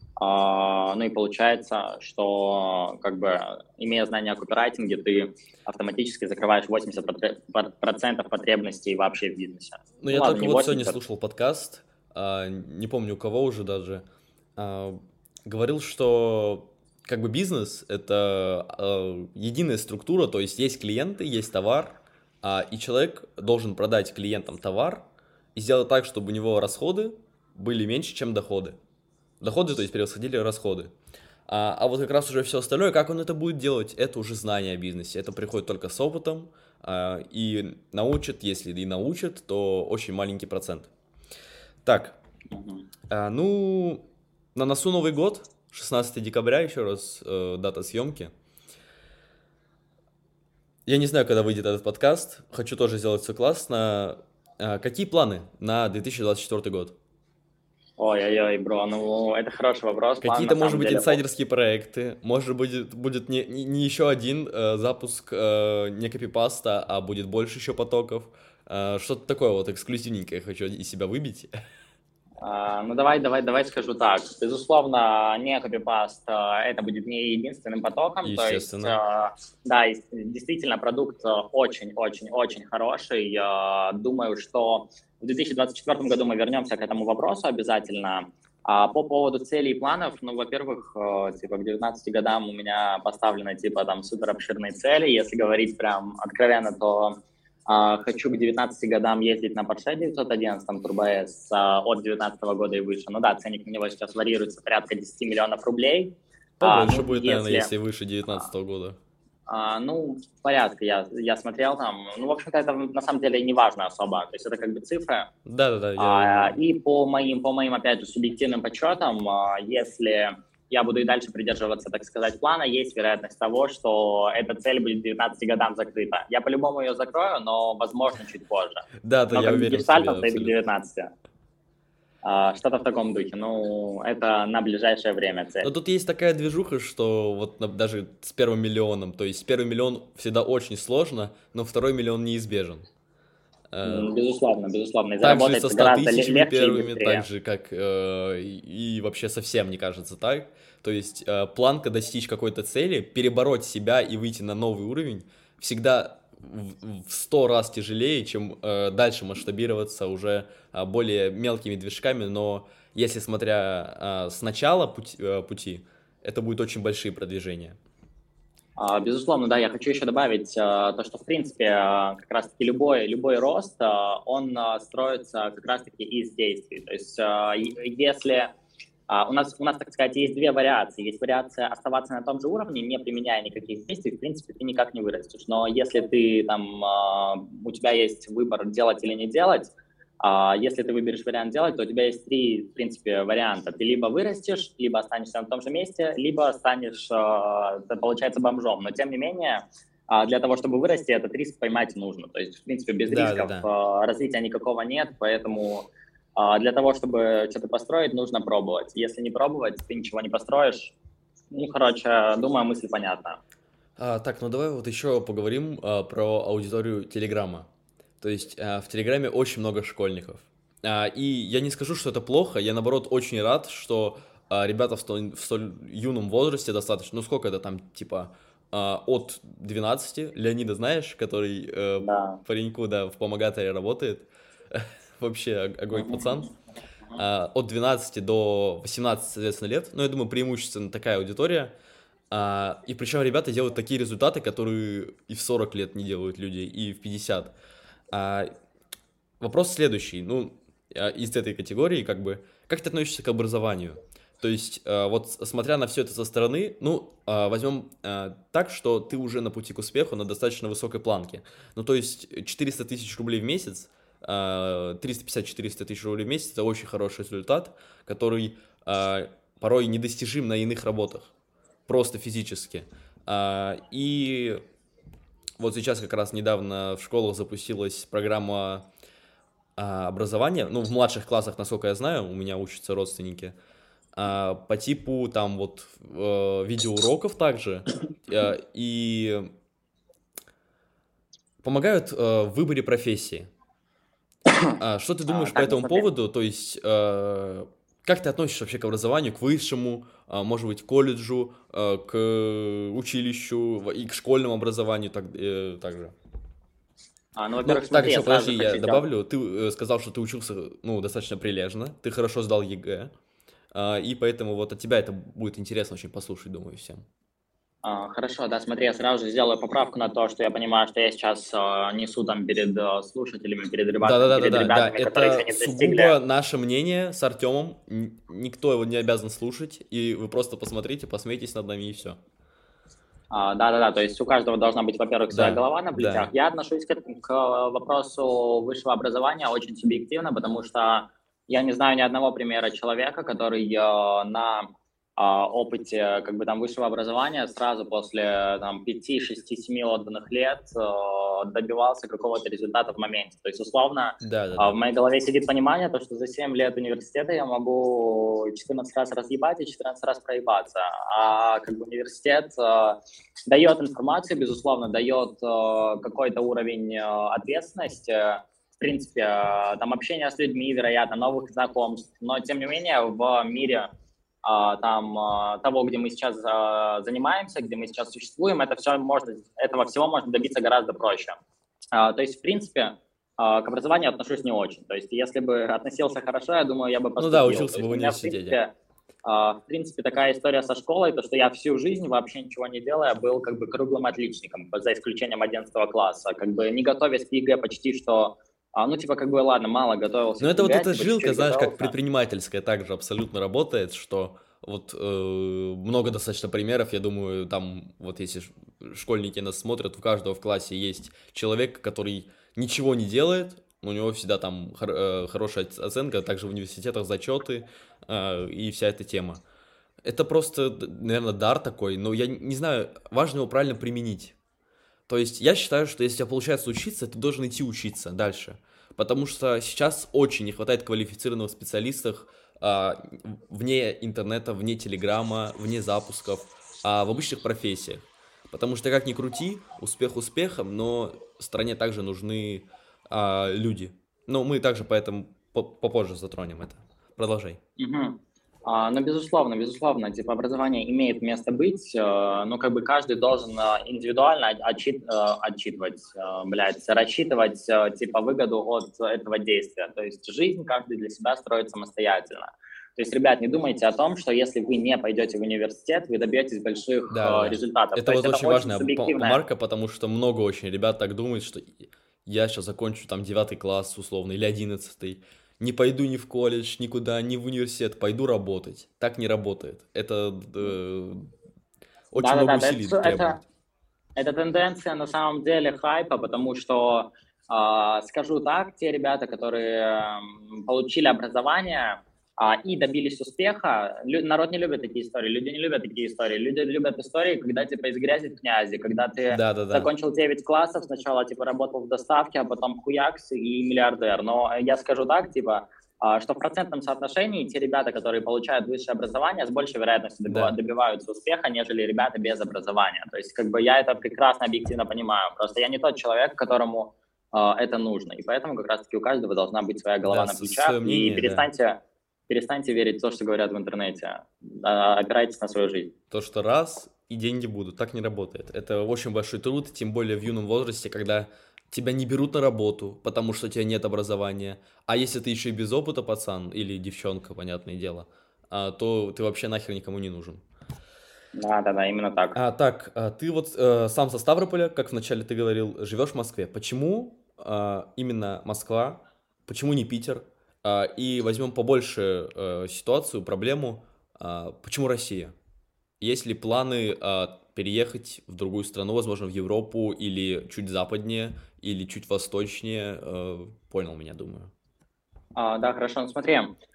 B: А, ну и получается, что, как бы, имея знания о копирайтинге, ты автоматически закрываешь восемьдесят процентов потребностей вообще в бизнесе.
A: Ну,
B: Ну
A: я
B: ладно,
A: только
B: не
A: вот сегодня
B: восемьдесят.
A: слушал подкаст, а, не помню у кого уже даже, а, говорил, что как бы бизнес — это а, единая структура, то есть есть клиенты, есть товар, а, и человек должен продать клиентам товар и сделать так, чтобы у него расходы были меньше, чем доходы. Доходы, то есть, превосходили расходы. А, а вот как раз уже все остальное, как он это будет делать, это уже знание о бизнесе. Это приходит только с опытом, а, и научат, если и научат, то очень маленький процент. Так, а, ну, на носу Новый год, шестнадцатого декабря, еще раз, э, дата съемки. Я не знаю, когда выйдет этот подкаст. Хочу тоже сделать все классно. А, Какие планы на две тысячи двадцать четвёртый год?
B: Ой-ой-ой, бро, ну это хороший вопрос. План на
A: Какие-то, может
B: самом
A: быть,
B: деле. о-
A: инсайдерские проекты? Может быть, будет не, не, не еще один э, запуск, э, не копипаста, а будет больше еще потоков? Э, что-то такое вот эксклюзивненькое хочу из себя выбить.
B: А, ну давай, давай, давай скажу так. Безусловно, не копипаст, а, это будет не единственным потоком. То есть,
A: Естественно.
B: а, да, и действительно продукт очень-очень-очень хороший. Я думаю, что в две тысячи двадцать четвёртом году мы вернемся к этому вопросу обязательно. А по поводу целей и планов, ну, во-первых, э, типа к девятнадцати годам у меня поставлены типа там супер обширные цели. Если говорить прям откровенно, то а, хочу к девятнадцати годам ездить на Porsche девятьсот одиннадцать Turbo S а, от девятнадцатого года и выше. Ну да, ценник на него сейчас варьируется порядка десять миллионов рублей. А,
A: Побольше
B: ну,
A: будет, наверное,
B: если...
A: если выше
B: а,
A: девятнадцатого года.
B: а, ну, порядка, я, я смотрел там. Ну, в общем-то, это на самом деле не важно особо. То есть это как бы цифры.
A: Да-да-да, я...
B: А, и по моим, по моим, опять же, субъективным подсчетам, а, если я буду и дальше придерживаться, так сказать, плана, есть вероятность того, что эта цель будет к девятнадцати годам закрыта. Я по-любому ее закрою, но, возможно, чуть позже.
A: Да-да,
B: Но
A: я
B: как бы
A: уверен в тебе
B: гештальтом стоит к
A: абсолютно.
B: девятнадцати. А, что-то в таком духе. Ну, это на ближайшее время
A: Но
B: цель.
A: тут есть такая движуха, что вот на- даже с первым миллионом, то есть первый миллион всегда очень сложно, но второй миллион неизбежен. Э,
B: М, Безусловно, безусловно. И
A: Также и со
B: заработать
A: ста
B: гораздо ле-
A: тысячами
B: легче и
A: первыми, так
B: быстрее.
A: же как э, и, и вообще совсем не кажется так. То есть э, планка достичь какой-то цели, перебороть себя и выйти на новый уровень всегда в в сто раз тяжелее, чем э, дальше масштабироваться уже а, более мелкими движками, но если смотря а, с начала пути, э, пути, это будут очень большие продвижения.
B: А, Безусловно, да, я хочу еще добавить а, то, что, в принципе, а, как раз-таки любой, любой рост, а, он а, строится как раз-таки из действий. То есть а, и- если а, у нас, у нас, так сказать, есть две вариации. Есть вариация оставаться на том же уровне, не применяя никаких действий, в принципе, ты никак не вырастешь. Но если ты там, а, у тебя есть выбор делать или не делать, а, если ты выберешь вариант делать, то у тебя есть три, в принципе, варианта. Ты либо вырастешь, либо останешься на том же месте, либо станешь, а, это получается, бомжом. Но, тем не менее, а, для того, чтобы вырасти, этот риск поймать нужно. То есть, в принципе, без рисков
A: Да-да-да.
B: а, развития никакого нет, поэтому а, для того, чтобы что-то построить, нужно пробовать. Если не пробовать, ты ничего не построишь. Ну, короче, думаю, мысль понятна.
A: А, так, ну давай вот еще поговорим а, про аудиторию Телеграма. То есть а, в Телеграме очень много школьников. А, и я не скажу, что это плохо, я наоборот очень рад, что а, ребята в столь, в столь юном возрасте достаточно, ну сколько это там, типа а, от двенадцати, Леонида знаешь, который э,
B: Да.
A: пареньку, да, в помогаторе работает, вообще о- огонь
B: Мгм.
A: пацан.
B: Мгм.
A: А, от двенадцати до восемнадцати, соответственно, лет, ну я думаю, преимущественно такая аудитория. А, и причем ребята делают такие результаты, которые и в сорок лет не делают люди, и в пятьдесят. А, вопрос следующий. Ну, а, из этой категории, как бы, как ты относишься к образованию? То есть, а, вот с- смотря на все это со стороны, ну, а, возьмем а, так, что ты уже на пути к успеху на достаточно высокой планке. Ну, то есть, четыреста тысяч рублей в месяц, а, триста пятьдесят четыреста тысяч рублей в месяц, это очень хороший результат, который а, порой недостижим на иных работах просто физически. А, и вот сейчас как раз недавно в школах запустилась программа а, образования, ну, в младших классах, насколько я знаю, у меня учатся родственники, а, по типу там вот э, видеоуроков также, э, и помогают э, в выборе профессии. А, что ты
B: А,
A: думаешь по
B: так, ну
A: этому
B: смотри.
A: поводу? То есть, э, как ты относишься вообще к образованию, к высшему, а, может быть, к колледжу, э, к училищу в- и к школьному образованию так, э, также?
B: А, ну,
A: Ну,
B: во-первых,
A: так,
B: смотри, я
A: еще,
B: сразу
A: подожди,
B: же
A: я
B: хочу сделать.
A: добавлю. Ты э, сказал, что ты учился, ну, достаточно прилежно, ты хорошо сдал ЕГЭ, а, и поэтому вот от тебя это будет интересно очень послушать, думаю, всем.
B: А, Хорошо, да, смотри, я сразу же сделаю поправку на то, что я понимаю, что я сейчас а, несу там перед а, слушателями, перед ребятами, перед
A: Да-да-да-да-да, да,
B: ребятами, которые еще
A: это
B: не достигли.
A: сугубо наше мнение с Артемом, н- никто его не обязан слушать, и вы просто посмотрите, посмейтесь над нами и все.
B: А, Да-да-да, то есть у каждого должна быть, во-первых, своя
A: Да,
B: голова на плечах.
A: да.
B: Я отношусь к, этому- к э, вопросу высшего образования очень субъективно, потому что я не знаю ни одного примера человека, который э, на а, опыте как бы там высшего образования сразу после там пяти, шести, семи отданных лет э, добивался какого-то результата в моменте. То есть, условно, а, в
A: Да-да-да.
B: моей голове сидит понимание, то, что за семь лет университета я могу четырнадцать раз разъебать и четырнадцать раз проебаться. А как бы университет э, дает информацию, безусловно, дает э, какой-то уровень э, ответственности, в принципе, э, там общение с людьми, вероятно, новых знакомств, но тем не менее в мире а, там а, того, где мы сейчас а, занимаемся, где мы сейчас существуем, это все можно, этого всего можно добиться гораздо проще. А, то есть, в принципе, а, к образованию отношусь не очень. То есть, если бы относился хорошо, я думаю, я бы
A: Ну да,
B: поступил. То
A: учился бы
B: есть,
A: в
B: у меня, в
A: университете.
B: принципе, а, в принципе, такая история со школой, то, что я всю жизнь вообще ничего не делая, был как бы круглым отличником, за исключением одиннадцатого класса. Как бы не готовясь к ЕГЭ почти что, а, ну, типа, как бы, ладно, мало готовился
A: Но
B: к
A: это вот
B: ЕГЭ,
A: эта
B: типа,
A: жилка,
B: чуть-чуть
A: знаешь, как
B: готовился.
A: предпринимательская также абсолютно работает, что вот э, много достаточно примеров, я думаю, там вот если ш- школьники нас смотрят, у каждого в классе есть человек, который ничего не делает, у него всегда там хор- э, хорошая оц- оценка, также в университетах зачеты э, и вся эта тема. Это просто, наверное, дар такой, но я не знаю, важно его правильно применить. То есть я считаю, что если у тебя получается учиться, ты должен идти учиться дальше. Потому что сейчас очень не хватает квалифицированных специалистов а, вне интернета, вне телеграма, вне запусков, а в обычных профессиях. Потому что как ни крути, успех успехом, но стране также нужны а, люди. Но мы также поэтому по- попозже затронем это. Продолжай.
B: Мгм. А, ну, безусловно, безусловно, типа образование имеет место быть, э, но как бы каждый должен э, индивидуально от- отчит, э, отчитывать, э, блядь, рассчитывать э, типа выгоду от этого действия. То есть жизнь каждый для себя строит самостоятельно. То есть, ребят, не думайте о том, что если вы не пойдете в университет, вы добьетесь больших э,
A: Да-да-да.
B: результатов.
A: Это
B: То есть
A: вот
B: это
A: очень
B: очень
A: важная пом-
B: субъективная.
A: помарка, потому что много очень ребят так думают, что я сейчас закончу там девятый класс условно или одиннадцатый, не пойду ни в колледж, никуда, ни в университет, пойду работать. Так не работает. Это э, очень много
B: Да-да-да, да,
A: усилий
B: это, это,
A: требует.
B: Это тенденция на самом деле хайпа, потому что, а, скажу так, те ребята, которые м, получили образование а, и добились успеха, лю- народ не любит такие истории, люди не любят такие истории. Люди любят истории, когда типа из грязи в князи, когда ты
A: Да-да-да.
B: закончил девять классов, сначала типа работал в доставке, а потом хуякс и миллиардер. Но я скажу так, типа, а, что в процентном соотношении те ребята, которые получают высшее образование, с большей вероятностью добива-
A: Да.
B: добиваются успеха, нежели ребята без образования. То есть, как бы я это прекрасно объективно понимаю. Просто я не тот человек, которому а, это нужно. И поэтому как раз-таки у каждого должна быть своя голова
A: Да,
B: на
A: свое
B: плечах. И
A: мнение, да.
B: перестаньте, перестаньте верить в то, что говорят в интернете. А, опирайтесь на свою жизнь.
A: То, что раз и деньги будут, так не работает. Это очень большой труд, тем более в юном возрасте, когда тебя не берут на работу, потому что у тебя нет образования. А если ты еще и без опыта, пацан, или девчонка, понятное дело, а, то ты вообще нахер никому не нужен.
B: Да, да, да, именно так.
A: А, так, а, ты вот э, сам со Ставрополя, как вначале ты говорил, живешь в Москве. Почему а, именно Москва? Почему не Питер? А, и возьмем побольше э, ситуацию, проблему. А, почему Россия? Есть ли планы а, переехать в другую страну, возможно, в Европу или чуть западнее, или чуть восточнее? Э, понял меня, думаю.
B: А, да, хорошо. Ну, смотри,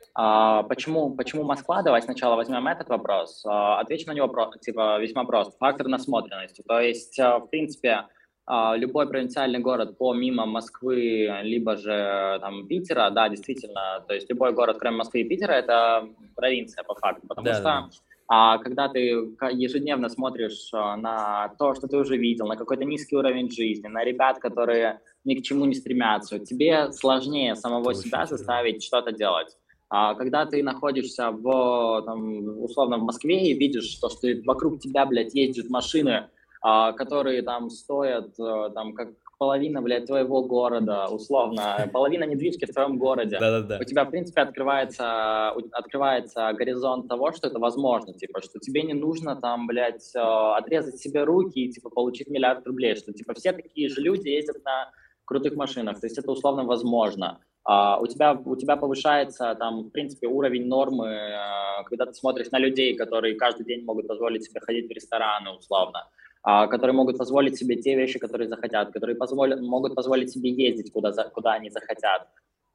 B: а, почему, почему Москва? Давай сначала возьмем этот вопрос. А, отвечу на него про, типа, весьма просто. Фактор насмотренности. То есть, а, в принципе, а, любой провинциальный город помимо Москвы, либо же там Питера, да, действительно, то есть любой город, кроме Москвы и Питера, это провинция по факту, потому
A: Да-да-да.
B: что а, когда ты ка- ежедневно смотришь а, на то, что ты уже видел, на какой-то низкий уровень жизни, на ребят, которые ни к чему не стремятся, тебе сложнее
A: Это
B: самого
A: очень
B: себя
A: тяжело.
B: заставить что-то делать. А когда ты находишься в, там, условно, в Москве и видишь, что, что вокруг тебя, блядь, ездят машины, а, которые там стоят, э, там, как половина, блядь, твоего города, условно, половина недвижки в твоем городе, у
A: Да-да-да.
B: тебя, в принципе, открывается, у- открывается горизонт того, что это возможно, типа, что тебе не нужно там, блядь, э, отрезать себе руки и, типа, получить миллиард рублей, что, типа, все такие же люди ездят на крутых машинах, то есть это условно возможно. А, у тебя, у тебя повышается там, в принципе, уровень нормы, э, когда ты смотришь на людей, которые каждый день могут позволить себе ходить в рестораны, условно, а, которые могут позволить себе те вещи, которые захотят, которые позволят, могут позволить себе ездить, куда, за, куда они захотят.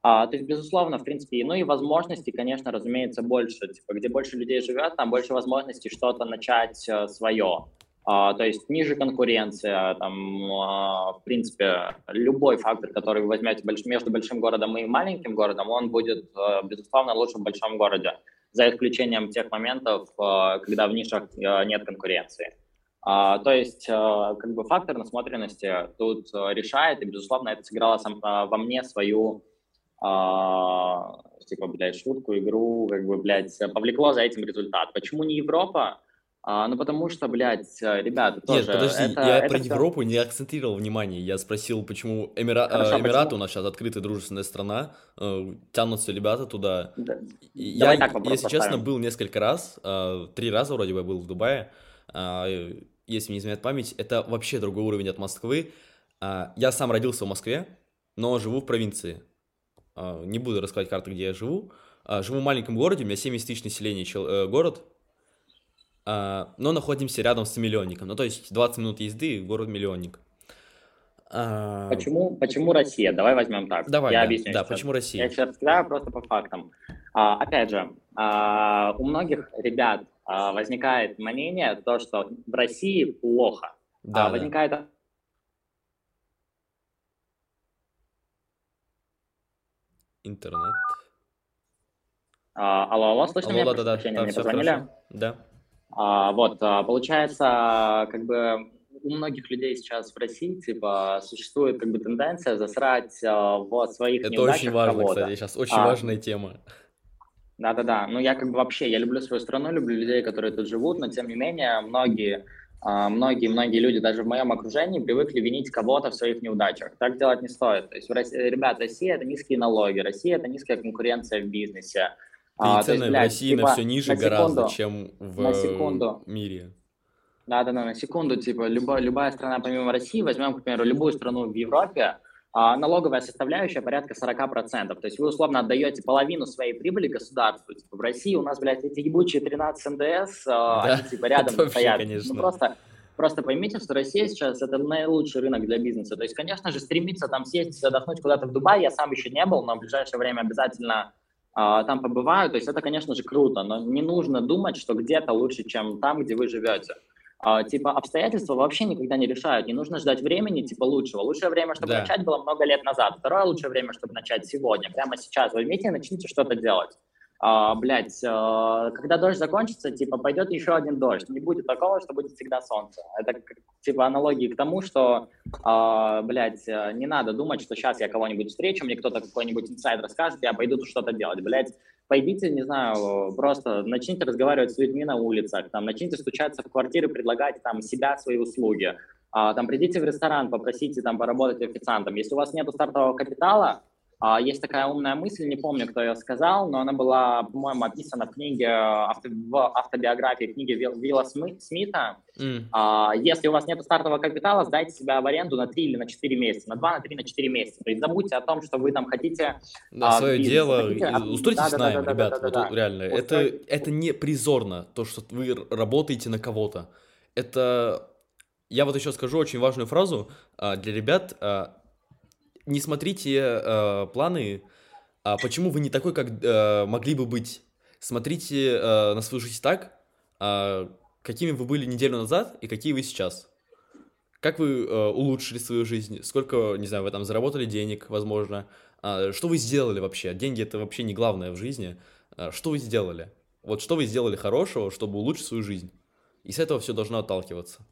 B: А, то есть, безусловно, в принципе, ну и возможностей, конечно, разумеется, больше. Типа, где больше людей живет, там больше возможностей что-то начать э, свое. А, то есть ниже конкуренция, там, а, в принципе, любой фактор, который вы возьмете больш- между большим городом и маленьким городом, он будет, э, безусловно, лучше в большом городе, за исключением тех моментов, э, когда в нишах э, нет конкуренции. А, то есть, э, как бы фактор насмотренности тут э, решает, и, безусловно, это сыграло сам- а, во мне свою а, типа, блядь, шутку, игру, как бы, блядь, повлекло за этим результат. Почему не Европа? А, ну, потому что, блядь, э, ребята,
A: Нет,
B: тоже,
A: подожди,
B: это,
A: я про
B: это все
A: Европу не акцентировал внимание. Я спросил, почему Эмира- э,
B: хорошо.
A: Эмираты, у
B: Почему?
A: нас сейчас открытая дружественная страна, э, тянутся ребята туда.
B: Да-
A: И Я,
B: давай так вопрос
A: если честно,
B: поставим.
A: был несколько раз, э, три раза вроде бы я был в Дубае. А, э, Если не изменяет память, это вообще другой уровень от Москвы. А, Я сам родился в Москве, но живу в провинции. А, Не буду рассказать карты, где я живу. А, Живу в маленьком городе, у меня семьдесят тысяч населения чел- э, город, а, но находимся рядом с миллионником. Ну, то есть двадцать минут езды, город-миллионник. А,
B: Почему, почему Россия? Давай возьмем так.
A: Давай,
B: Я
A: да,
B: объясню
A: да,
B: сейчас.
A: почему
B: Я
A: Россия?
B: сейчас рассказаю просто по фактам. А, опять же, а, у многих ребят а, возникает мнение, то, что в России плохо. А,
A: Да, да,
B: возникает...
A: интернет.
B: а, алло, алло, слышно
A: Алло,
B: меня? Прошу
A: да-да-да,
B: прощения,
A: да,
B: мне
A: все хорошо,
B: позвонили.
A: да.
B: А, вот, а, получается, как бы у многих людей сейчас в России, типа, существует как бы тенденция засрать а, в своих
A: Это очень
B: неудачах
A: важно, кстати,
B: кого-то.
A: сейчас очень
B: А,
A: важная тема.
B: да-да-да, ну я как бы вообще, я люблю свою страну, люблю людей, которые тут живут, но тем не менее многие, а, многие, многие люди даже в моем окружении привыкли винить кого-то в своих неудачах. Так делать не стоит. То есть, в России, ребят, Россия — это низкие налоги, Россия — это низкая конкуренция в бизнесе.
A: Да и
B: А, то есть,
A: цены в
B: блядь,
A: России на все
B: типа,
A: ниже
B: на
A: гораздо,
B: секунду,
A: чем
B: на
A: в
B: секунду,
A: мире.
B: да, да, да, на секунду, типа, любая, любая страна помимо России, возьмем, к примеру, любую страну в Европе, а, налоговая составляющая порядка сорок процентов. То есть вы условно отдаете половину своей прибыли государству. Типа, в России у нас, блядь, эти ебучие тринадцать эн дэ эс, а,
A: Да,
B: они типа
A: это
B: рядом
A: вообще,
B: стоят. Ну
A: конечно.
B: просто, просто поймите, что Россия сейчас это наилучший рынок для бизнеса. То есть, конечно же, стремиться там съездить, отдохнуть куда-то в Дубай, я сам еще не был, но в ближайшее время обязательно а, там побываю. То есть это, конечно же, круто, но не нужно думать, что где-то лучше, чем там, где вы живете. А, типа, обстоятельства вообще никогда не решают. Не нужно ждать времени, типа, лучшего. Лучшее время, чтобы
A: Да,
B: начать, было много лет назад. Второе лучшее время, чтобы начать сегодня, прямо сейчас. Возьмите и начните что-то делать. А, блядь, а, когда дождь закончится, типа, пойдет еще один дождь. Не будет такого, что будет всегда солнце. Это, как, типа, аналогии к тому, что, а, блядь, а, не надо думать, что сейчас я кого-нибудь встречу, мне кто-то какой-нибудь инсайд расскажет, я пойду тут что-то делать. Блядь, пойдите, не знаю, просто начните разговаривать с людьми на улицах, там, начните стучаться в квартиры, предлагать там себя, свои услуги. А, там, придите в ресторан, попросите там поработать официантом. Если у вас нет стартового капитала, а, есть такая умная мысль, не помню, кто ее сказал, но она была, по-моему, описана в книге, авто, в автобиографии книги Вилл- Вилла Сми- Смита.
A: М,
B: А, если у вас нет стартового капитала, сдайте себя в аренду на три или на четыре месяца, на два, на три, на четыре месяца. То есть забудьте о том, что вы там хотите
A: да,
B: а, в
A: свое
B: бизнесе.
A: дело,
B: Хотите,
A: и
B: а,
A: устройтесь с наймом, ребят, вот о-
B: да-да-да-да-да-да-да-да.
A: реально, это,
B: Устроить,
A: это не призорно, то, что вы р- работаете на кого-то. Это, я вот еще скажу очень важную фразу а, для ребят. а, Не смотрите э, планы, а почему вы не такой, как э, могли бы быть. Смотрите э, на свою жизнь так, а, какими вы были неделю назад и какие вы сейчас. Как вы э, улучшили свою жизнь, сколько, не знаю, вы там заработали денег, возможно. А, что вы сделали вообще? Деньги это вообще не главное в жизни. А, что вы сделали? Вот что вы сделали хорошего, чтобы улучшить свою жизнь. И с этого все должно отталкиваться.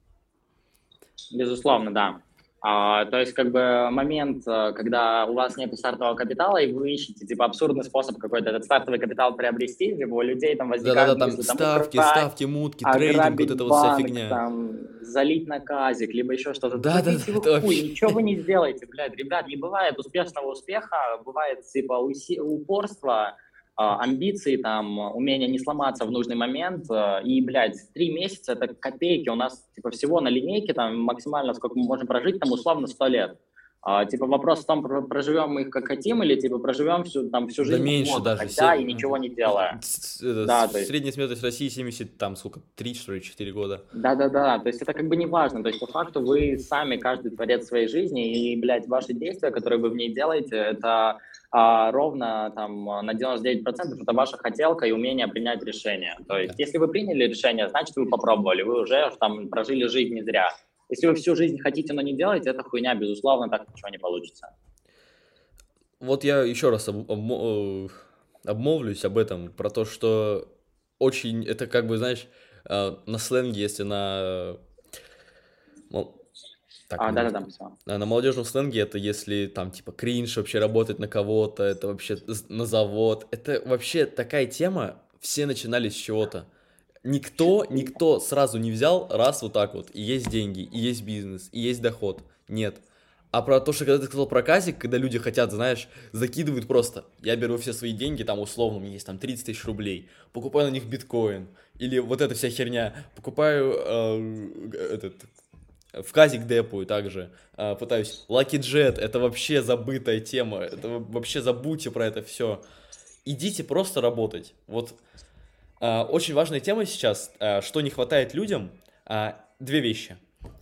B: безусловно, да. А, то есть, как бы, момент, э, когда у вас нет стартового капитала, и вы ищете, типа, абсурдный способ какой-то этот стартовый капитал приобрести, типа, у людей там
A: Да-да-да,
B: возникают
A: там
B: мысли, там,
A: ставки,
B: украсть,
A: ставки, мутки, трейдинг, вот
B: ограбить
A: эта вот вся
B: банк,
A: фигня.
B: там, залить на казик, либо еще что-то. Да
A: Да-да-да,
B: забейте вы
A: это
B: хуй,
A: вообще...
B: ничего вы не сделаете, блядь. Ребят, не бывает успешного успеха, бывает, типа, уси- упорство, а, амбиции, там, умение не сломаться в нужный момент, э, и, блядь, три месяца — это копейки, у нас, типа, всего на линейке, там, максимально, сколько мы можем прожить, там, условно, сто лет. А, типа, вопрос в том, про- проживем мы их как хотим, или, типа, проживем всю, там, всю
A: Да
B: жизнь
A: меньше
B: плохо,
A: даже.
B: хотя и
A: Се-
B: ничего не
A: и-
B: делая.
A: с- это,
B: Да,
A: с-
B: то есть,
A: Средняя смертность России семьдесят, там, сколько, три, что ли, четыре года.
B: да-да-да, то есть это как бы не важно, то есть по факту вы сами, каждый творец своей жизни, и, блядь, ваши действия, которые вы в ней делаете, это а, ровно там на девяносто девять процентов это ваша хотелка и умение принять решение. То есть,
A: Да.
B: если вы приняли решение, значит, вы попробовали, вы уже там прожили жизнь не зря. Если вы всю жизнь хотите, но не делаете, это хуйня, безусловно, так ничего не получится.
A: Вот я еще раз об- обмо- э, обмолвлюсь об этом, про то, что очень, это как бы, знаешь, э, на сленге, если на... мол- Так,
B: А,
A: минутку.
B: да-да-да, все.
A: А на молодежном сленге это если там типа кринж вообще работать на кого-то, это вообще з- на завод. Это вообще такая тема, все начинали с чего-то. Никто, никто сразу не взял раз вот так вот, и есть деньги, и есть бизнес, и есть доход. Нет. А про то, что когда ты сказал про казик, когда люди хотят, знаешь, закидывают просто, я беру все свои деньги, там условно, у меня есть там тридцать тысяч рублей, покупаю на них биткоин, или вот эта вся херня, покупаю э, этот, в казик депаю также, э, пытаюсь, Lucky Jet, это вообще забытая тема, это вообще забудьте про это все. Идите просто работать. Вот а, очень важная тема сейчас, а, что не хватает людям, а, две вещи.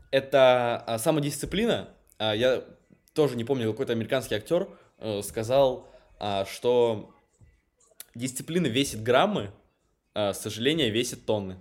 A: Это а, самодисциплина. А, я тоже не помню, какой-то американский актер э, сказал, а, что дисциплина весит граммы, а сожаление весит тонны.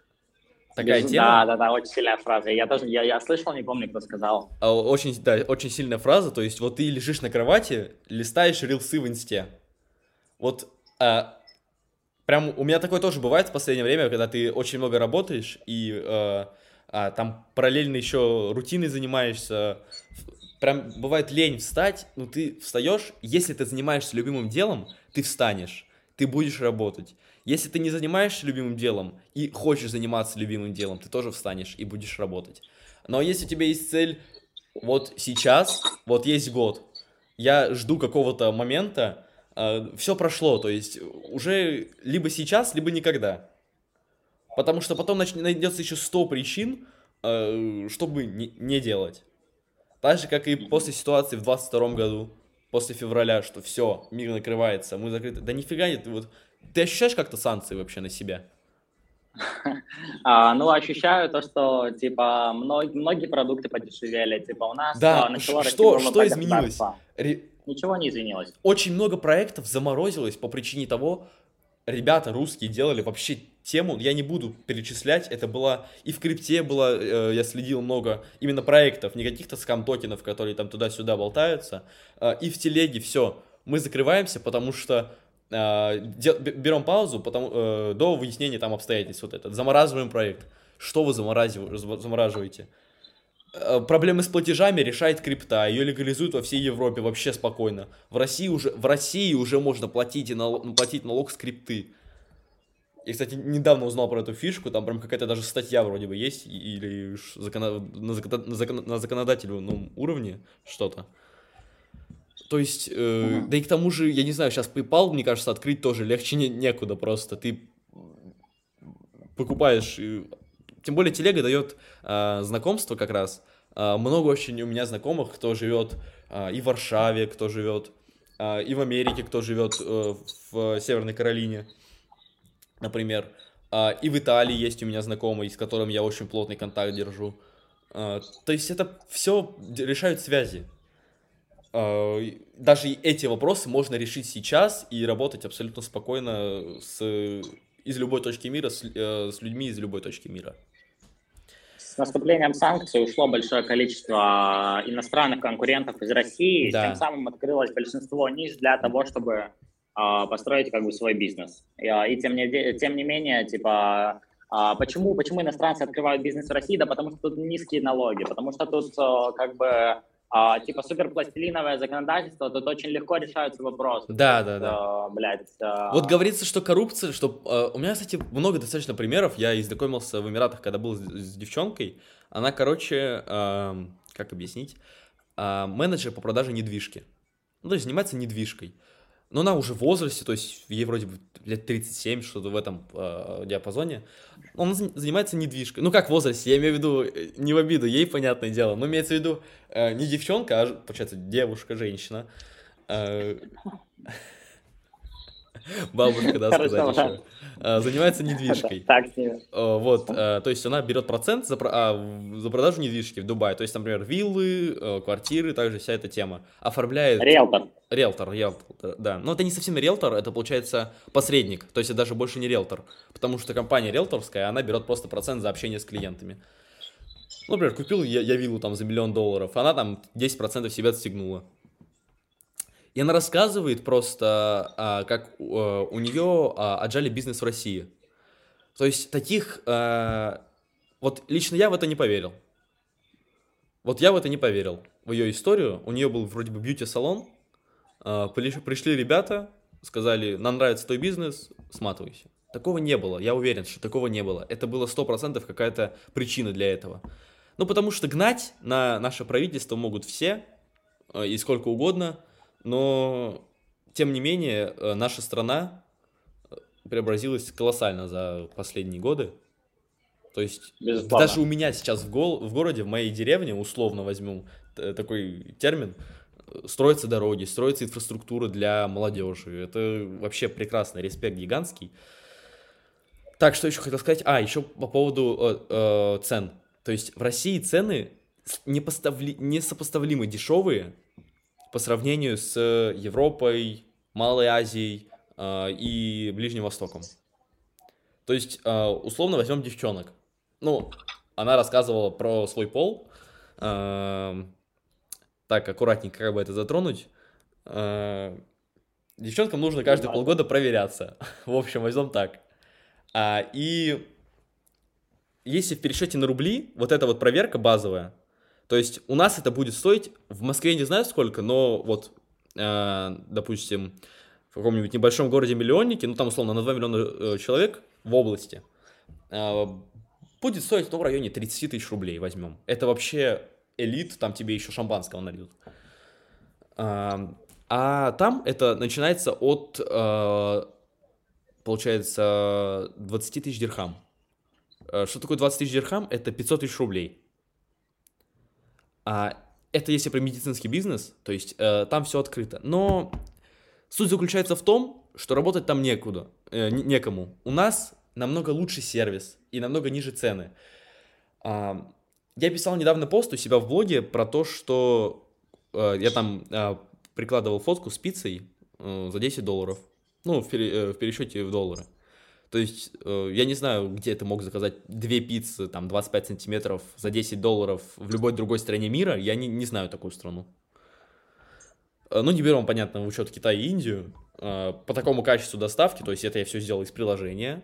A: Такая
B: Без...
A: тема,
B: Да, да, да, очень сильная фраза. Я тоже, я, я слышал, не помню, кто сказал.
A: а, очень, да, очень сильная фраза. То есть вот ты лежишь на кровати, листаешь рилсы в инсте. Вот а, прям у меня такое тоже бывает в последнее время, когда ты очень много работаешь и э, а, там параллельно еще рутиной занимаешься. Прям бывает лень встать, но ты встаешь, если ты занимаешься любимым делом, ты встанешь, ты будешь работать. Если ты не занимаешься любимым делом и хочешь заниматься любимым делом, ты тоже встанешь и будешь работать. Но если у тебя есть цель вот сейчас, вот есть год, я жду какого-то момента, все прошло, то есть уже либо сейчас, либо никогда. Потому что потом нач- найдется еще сто причин, э, чтобы не, не делать. Так же, как и после ситуации в двадцать втором году, после февраля, что все, мир накрывается, мы закрыты. Да нифига нет, ты вот... Ты ощущаешь как-то санкции вообще на себя?
B: А, ну, ощущаю то, что, типа, мног- многие продукты подешевели. Типа, у нас а,
A: Да, ш-
B: начало расти
A: что, что
B: ВВП
A: изменилось?
B: государства.
A: Ре-
B: Ничего не изменилось.
A: Очень много проектов заморозилось по причине того, ребята русские делали вообще тему, я не буду перечислять, это было и в крипте было, э, я следил много именно проектов, не каких-то скам-токенов, которые там туда-сюда болтаются, э, и в телеге все, мы закрываемся, потому что э, де- б- берем паузу потому, э, до выяснения там обстоятельств, вот этот, замораживаем проект. Что вы заморазив- замораживаете? Э, Проблемы с платежами решает крипта, ее легализуют во всей Европе вообще спокойно. В России уже, в России уже можно платить, и нал- платить налог с крипты. Я, кстати, недавно узнал про эту фишку, там прям какая-то даже статья вроде бы есть, и- или ш- закона- на, закона- на закона- на законодательном уровне что-то. То есть, э,
B: Мгм.
A: да и к тому же, я не знаю, сейчас PayPal, мне кажется, открыть тоже легче не- некуда просто. Ты покупаешь, э, тем более телега дает а, знакомство как раз. А, много очень у меня знакомых, кто живет а, и в Варшаве, кто живет, а, и в Америке, кто живет э, в Северной Каролине, например. А, и в Италии есть у меня знакомый, с которым я очень плотный контакт держу. А, то есть это все решают связи. А, и даже и эти вопросы можно решить сейчас и работать абсолютно спокойно с, из любой точки мира, с, э, с людьми из любой точки мира.
B: С наступлением санкций ушло большое количество а, иностранных конкурентов из России, тем
A: Да,
B: самым открылось большинство ниш для того, чтобы а, построить как бы свой бизнес. И, а, и тем, не, де- тем не менее, типа, а, почему, почему иностранцы открывают бизнес в России? Да потому что тут низкие налоги, потому что тут а, как бы а, типа суперпластилиновое законодательство, тут очень легко решаются вопросы. То
A: да,
B: есть,
A: да, да.
B: а, блядь,
A: Вот
B: а,
A: говорится, что коррупция, что... э, у меня, кстати, много достаточно примеров. Я и знакомился в Эмиратах, когда был с, с девчонкой. Она, короче, эм, как объяснить? А, менеджер по продаже недвижки. Ну, то есть занимается недвижкой. Но она уже в возрасте, то есть ей вроде бы лет тридцать семь, что-то в этом э, диапазоне. Он за- занимается недвижкой. Ну, как в возрасте, я имею в виду, э, не в обиду, ей, понятное дело. Но имеется в виду э, не девчонка, а, ж- получается, девушка, женщина. Э, Бабушка, да, сказать
B: хорошо,
A: еще. э, занимается недвижкой.
B: Так себе.
A: Э, Вот, э, то есть она берет процент за, про- а, в- за продажу недвижки в Дубае. То есть, например, виллы, э, квартиры, также вся эта тема. Оформляет
B: Риэлтор.
A: риэлтор, риэлтор, да. Но это не совсем риэлтор, это получается посредник. То есть это даже больше не риэлтор. Потому что компания риэлторская, она берет просто процент за общение с клиентами. Ну, например, купил я, я виллу там за миллион долларов, она там десять процентов себе отстегнула. И она рассказывает просто, а, как э, у нее а, отжали бизнес в России. То есть таких... э, вот лично я в это не поверил. Вот я в это не поверил. В ее историю. У нее был вроде бы бьюти-салон. э, приш- Пришли ребята, сказали, нам нравится твой бизнес, сматывайся. Такого не было. Я уверен, что такого не было. Это было сто процентов какая-то причина для этого. Ну, потому что гнать на наше правительство могут все э, и сколько угодно, но, тем не менее, э, наша страна преобразилась колоссально за последние годы. То есть
B: Безусловно.
A: даже у меня сейчас в, гол- в городе, в моей деревне, условно возьмем т- такой термин, э, строятся дороги, строится инфраструктура для молодежи. Это вообще прекрасно, респект гигантский. Так, что еще хотел сказать? А, еще по поводу э, э, цен. То есть в России цены с- непоставли- несопоставимы дешевые по сравнению с Европой, Малой Азией э, и Ближним Востоком. То есть, э, условно возьмем девчонок. Ну, она рассказывала про свой пол. э, так, аккуратненько как бы это затронуть. Э, девчонкам нужно каждые
B: Внимательно.
A: полгода проверяться. В общем, возьмем так. А, и если в пересчете на рубли, вот эта вот проверка базовая, то есть у нас это будет стоить, в Москве не знаю сколько, но вот, э, допустим, в каком-нибудь небольшом городе-миллионнике, ну там условно на два миллиона э, человек в области, э, будет стоить, ну, в районе тридцать тысяч рублей возьмем. Это вообще элит, там тебе еще шампанского нальют. А, а там это начинается от, э, получается, двадцать тысяч дирхам. Э, Что такое двадцать тысяч дирхам? Это пятьсот тысяч рублей. А, это если про медицинский бизнес, то есть э, там все открыто. Но суть заключается в том, что работать там некуда, э, не- некому. У нас намного лучше сервис и намного ниже цены. А, я писал недавно пост у себя в блоге про то, что э, я там э, прикладывал фотку с пиццей э, за десять долларов. Ну, в, пере- э, в пересчете в доллары. То есть, э, я не знаю, где ты мог заказать две пиццы, там, двадцать пять сантиметров за десять долларов в любой другой стране мира. Я не, не знаю такую страну. Э, Ну, не берем, понятно, в учет Китай и Индию. Э, По такому качеству доставки, то есть это я все сделал из приложения.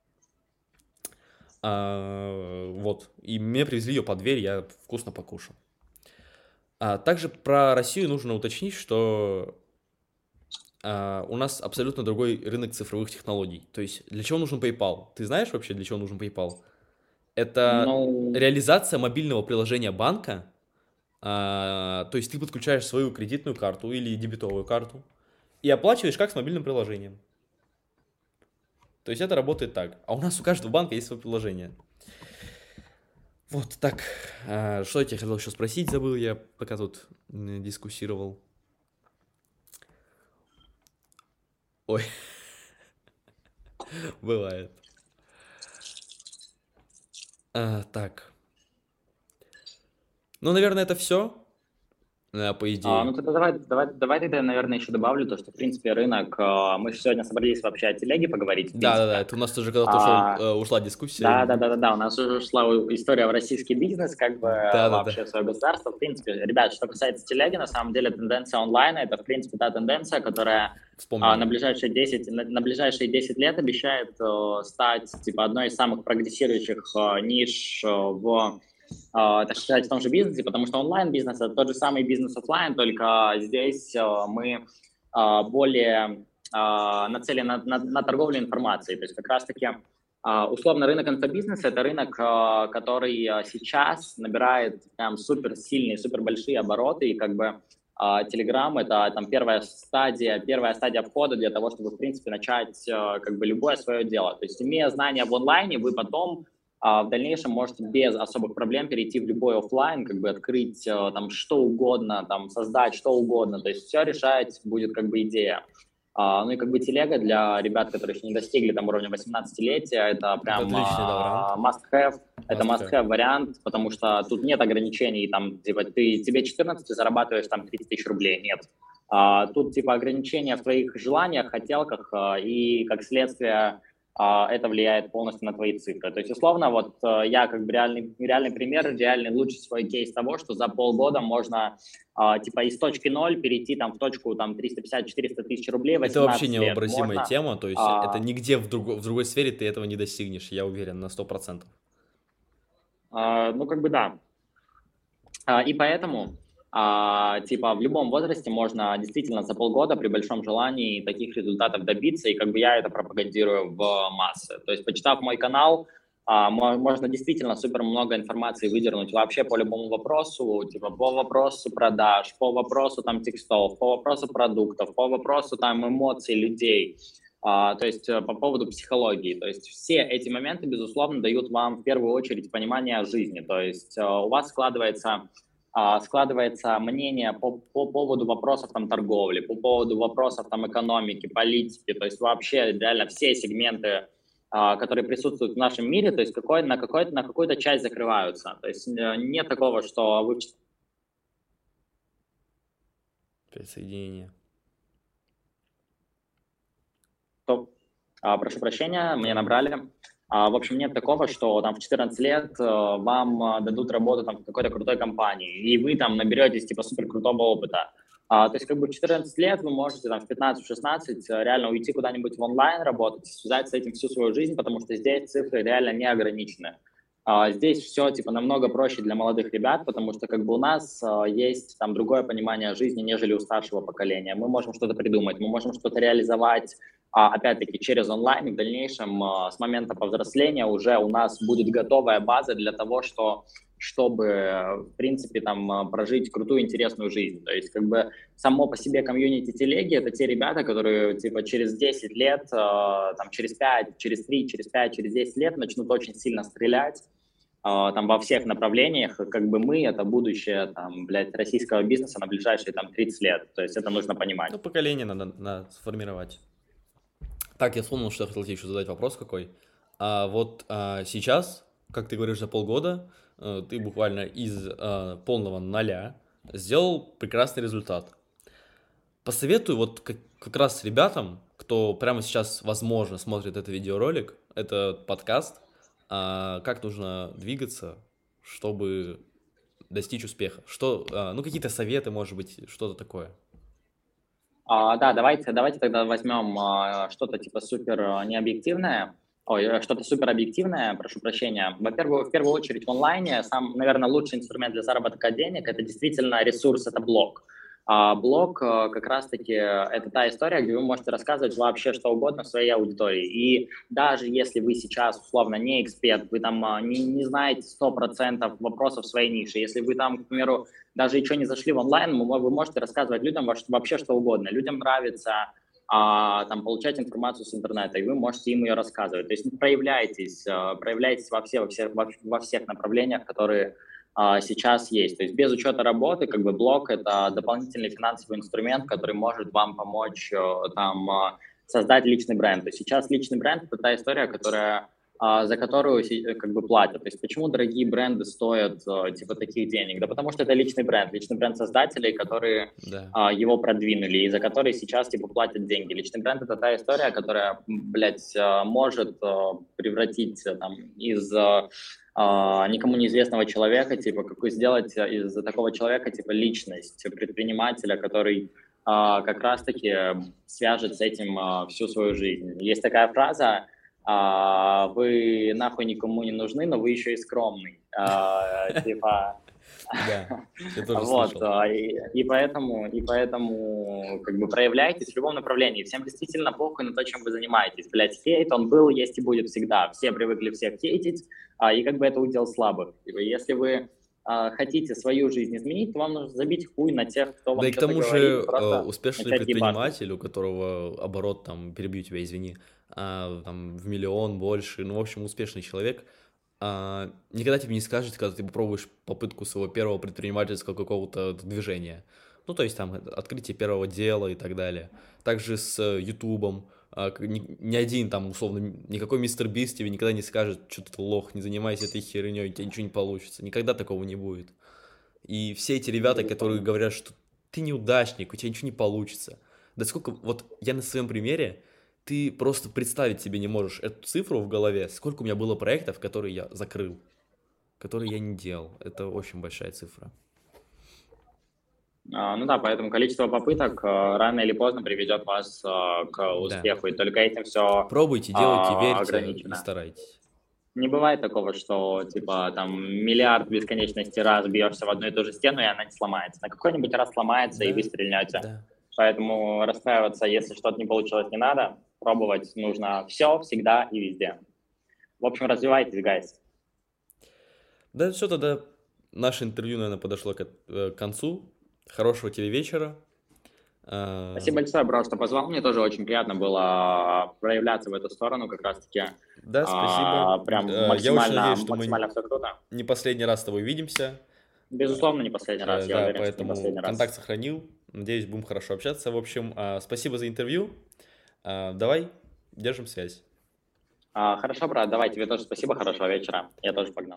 A: А, Вот. И мне привезли ее под дверь, я вкусно покушал. А также про Россию нужно уточнить, что а, у нас абсолютно другой рынок цифровых технологий. То есть для чего нужен PayPal? Ты знаешь вообще, для чего нужен PayPal? Это
B: Ну,
A: реализация мобильного приложения банка. А, то есть ты подключаешь свою кредитную карту или дебетовую карту и оплачиваешь как с мобильным приложением. То есть это работает так. А у нас у каждого банка есть свое приложение. Вот так. А, что я тебя хотел еще спросить, забыл я, пока тут м, дискуссировал. Ой, бывает. А, так. Ну, наверное, это все, по
B: А,
A: идее.
B: ну тогда давай, давай, давай тогда, наверное, еще добавлю то, что, в принципе, рынок, а, мы же сегодня собрались вообще о телеге поговорить, в
A: Да-да-да,
B: принципе.
A: это у нас тоже когда-то ушел,
B: А,
A: э, ушла дискуссия.
B: да, да,
A: м,
B: да, да, да. У нас уже шла у- история в российский бизнес, как бы э,
A: Да-да-да,
B: вообще в свое государство. В принципе, ребят, что касается телеги, на самом деле тенденция онлайна это, в принципе, та тенденция, которая а,
A: вспомнил
B: на
A: я.
B: ближайшие десять, на, на ближайшие десять лет обещает э, стать типа одной из самых прогрессирующих э, ниш э, в, э, так сказать, в том же бизнесе, потому что онлайн-бизнес это тот же самый бизнес офлайн, только здесь э, мы э, более э, нацелены на, на, на торговлю информацией. То есть как раз-таки а, условно, рынок инфобизнеса – это рынок, а, который а, сейчас набирает прям супер сильные, супер большие обороты, и как бы а, Telegram – это там первая стадия, первая стадия входа для того, чтобы, в принципе, начать а, как бы любое свое дело. То есть, имея знания в онлайне, вы потом а, в дальнейшем можете без особых проблем перейти в любой офлайн, как бы открыть а, там что угодно, там создать что угодно. То есть все решать будет как бы идея. А, ну и как бы телега для ребят, которые еще не достигли там уровня восемнадцатилетия, это
A: Это
B: прям
A: отличный, да, вариант.
B: а, must-have, это
A: Must-have.
B: must-have вариант, потому что тут нет ограничений, там, типа, ты, тебе четырнадцать, ты зарабатываешь там тридцать тысяч рублей, нет. А, тут, типа, ограничения в твоих желаниях, хотелках, а, и, как следствие, а, это влияет полностью на твои цифры. То есть, условно, вот а, я как бы реальный, реальный пример, реальный лучший свой кейс того, что за полгода можно а, типа из точки ноль перейти там в точку там триста пятьдесят четыреста тысяч рублей
A: Это вообще
B: восемнадцать лет.
A: невообразимая
B: Можно,
A: тема, то есть это
B: а,
A: нигде в, друго- в другой сфере ты этого не достигнешь, я уверен, на сто процентов.
B: а, ну как бы да. А, и поэтому а, типа в любом возрасте можно действительно за полгода при большом желании таких результатов добиться, и как бы я это пропагандирую в массы. То есть, почитав мой канал, а, мо- можно действительно супер много информации выдернуть вообще по любому вопросу, типа по вопросу продаж, по вопросу там текстов, по вопросу продуктов, по вопросу там эмоций людей. А, то есть э, по поводу психологии. То есть все эти моменты, безусловно, дают вам в первую очередь понимание жизни. То есть э, у вас складывается а, складывается мнение по, по поводу вопросов там торговли, по поводу вопросов там экономики, политики, то есть вообще реально все сегменты, а, которые присутствуют в нашем мире, то есть какой, на, какой, на какую-то часть закрываются. То есть э, нет такого, что вы...
A: Присоединение.
B: что- а, прошу прощения, мне
A: Нормально.
B: набрали. А, в общем, нет такого, что там в четырнадцать лет э, вам э, дадут работу там в какой-то крутой компании, и вы там наберетесь типа супер крутого опыта. А, то есть как бы в четырнадцать лет вы можете там в пятнадцать-шестнадцать э, реально уйти куда-нибудь в онлайн работать, связать с этим всю свою жизнь, потому что здесь цифры реально не ограничены. А, здесь все типа намного проще для молодых ребят, потому что как бы у нас э, есть там другое понимание жизни, нежели у старшего поколения. Мы можем что-то придумать, мы можем что-то реализовать, а, опять-таки, через онлайн, и в дальнейшем, а, с момента повзросления уже у нас будет готовая база для того, что, чтобы, в принципе, там, а, прожить крутую, интересную жизнь. То есть, как бы, само по себе комьюнити телеги — это те ребята, которые, типа, через десять лет, а, там, через пять, через три, через пять, через десять лет начнут очень сильно стрелять, а, там, во всех направлениях. Как бы мы — это будущее, там, блядь, российского бизнеса на ближайшие, там, тридцать лет. То есть это нужно понимать.
A: Ну, поколение надо, надо сформировать. Так, я вспомнил, что я хотел тебе еще задать вопрос какой. А вот а, сейчас, как ты говоришь, за полгода э, ты буквально из э, полного ноля сделал прекрасный результат. Посоветую вот как, как раз ребятам, кто прямо сейчас, возможно, смотрит этот видеоролик, этот подкаст, а, как нужно двигаться, чтобы достичь успеха. Что, а, ну, какие-то советы, может быть, что-то такое.
B: А, да, давайте, давайте тогда возьмем а, что-то типа супер а, необъективное, ой, э, что-то супер объективное, прошу прощения. Во-первых, в первую очередь в онлайне сам, наверное, лучший инструмент для заработка денег — это действительно ресурс, это блог. А блог а, как раз-таки это та история, где вы можете рассказывать вообще что угодно своей аудитории. И даже если вы сейчас условно не эксперт, вы там а, не, не знаете сто процентов вопросов своей ниши, если вы там, к примеру, даже еще не зашли в онлайн, вы можете рассказывать людям вообще что угодно. Людям нравится а, там, получать информацию с интернета, и вы можете им ее рассказывать. То есть проявляйтесь, а, проявляйтесь во, все, во, всех, во, во всех направлениях, которые а, сейчас есть. То есть без учета работы, как бы блог — это дополнительный финансовый инструмент, который может вам помочь а, там, а, создать личный бренд. То есть сейчас личный бренд — это та история, которая а, за которую как бы платят. То есть почему дорогие бренды стоят а, типа таких денег? Да потому что это личный бренд, личный бренд создателей, которые
A: Да.
B: а, его продвинули и за которые сейчас типа платят деньги. Личный бренд — это та история, которая, блядь, а, может а, превратить там из а, а, никому неизвестного человека, типа, какой сделать из такого человека типа личность предпринимателя, который а, как раз-таки свяжет с этим а, всю свою жизнь. Есть такая фраза: а, вы нахуй никому не нужны, но вы еще и скромный. А, типа,
A: Да, я тоже
B: вот,
A: слышал.
B: а, и, и поэтому, и поэтому, как бы, проявляйтесь в любом направлении. Всем действительно похуй на то, чем вы занимаетесь. Блять, хейт, он был, есть и будет всегда. Все привыкли всех хейтить, а, и как бы это удел слабых. Типа, если вы а, хотите свою жизнь изменить, то вам нужно забить хуй на тех, кто
A: Да
B: вам
A: и к
B: что-то
A: тому
B: говорит, и
A: же э,
B: просто
A: успешный
B: начать ебашить.
A: предприниматель, у которого оборот, там, перебью тебя, извини, а, там, в миллион больше, ну, в общем, успешный человек, а, никогда тебе не скажет, когда ты попробуешь попытку своего первого предпринимательского какого-то движения. Ну, то есть там это открытие первого дела и так далее. Также с э, Ютубом. А, к- Ни, ни один там, условно, никакой мистер Бист тебе никогда не скажет, что ты лох, не занимайся этой херней, у тебя ничего не получится. Никогда такого не будет. И все эти ребята, которые
B: Безусловно.
A: говорят, что ты неудачник, у тебя ничего не получится. Да сколько, вот я на своем примере, ты просто представить себе не можешь эту цифру в голове, сколько у меня было проектов, которые я закрыл, которые я не делал. Это очень большая цифра.
B: А, Ну да, поэтому количество попыток э, рано или поздно приведет вас э, к
A: Да.
B: успеху, и только этим все
A: Пробуйте, делайте, верьте и
B: ограничено.
A: старайтесь.
B: Не бывает такого, что типа там миллиард бесконечности раз бьешься в одну и ту же стену, и она не сломается. На какой-нибудь раз сломается, и вы
A: Да,
B: стрельнете.
A: да.
B: Поэтому расстраиваться, если что-то не получилось, не надо. Пробовать нужно все, всегда и везде. В общем, развивайтесь, гайс.
A: Да, все, тогда наше интервью, наверное, подошло к, э, к концу. Хорошего тебе вечера.
B: Спасибо
A: А,
B: большое, бро, что позвал. Мне тоже очень приятно было проявляться в эту сторону, как раз-таки.
A: Да, спасибо.
B: А, прям
A: Э, Я очень
B: максимально,
A: надеюсь, что мы
B: максимально все круто.
A: не последний раз с тобой увидимся.
B: Безусловно, не последний
A: Э,
B: раз. Я
A: Да,
B: уверен, что не
A: поэтому
B: последний
A: контакт
B: раз.
A: сохранил. Надеюсь, будем хорошо общаться. В общем, а, спасибо за интервью. А, Давай, держим связь.
B: А, хорошо, брат, давай, тебе тоже спасибо, хорошего вечера. Я тоже погнал.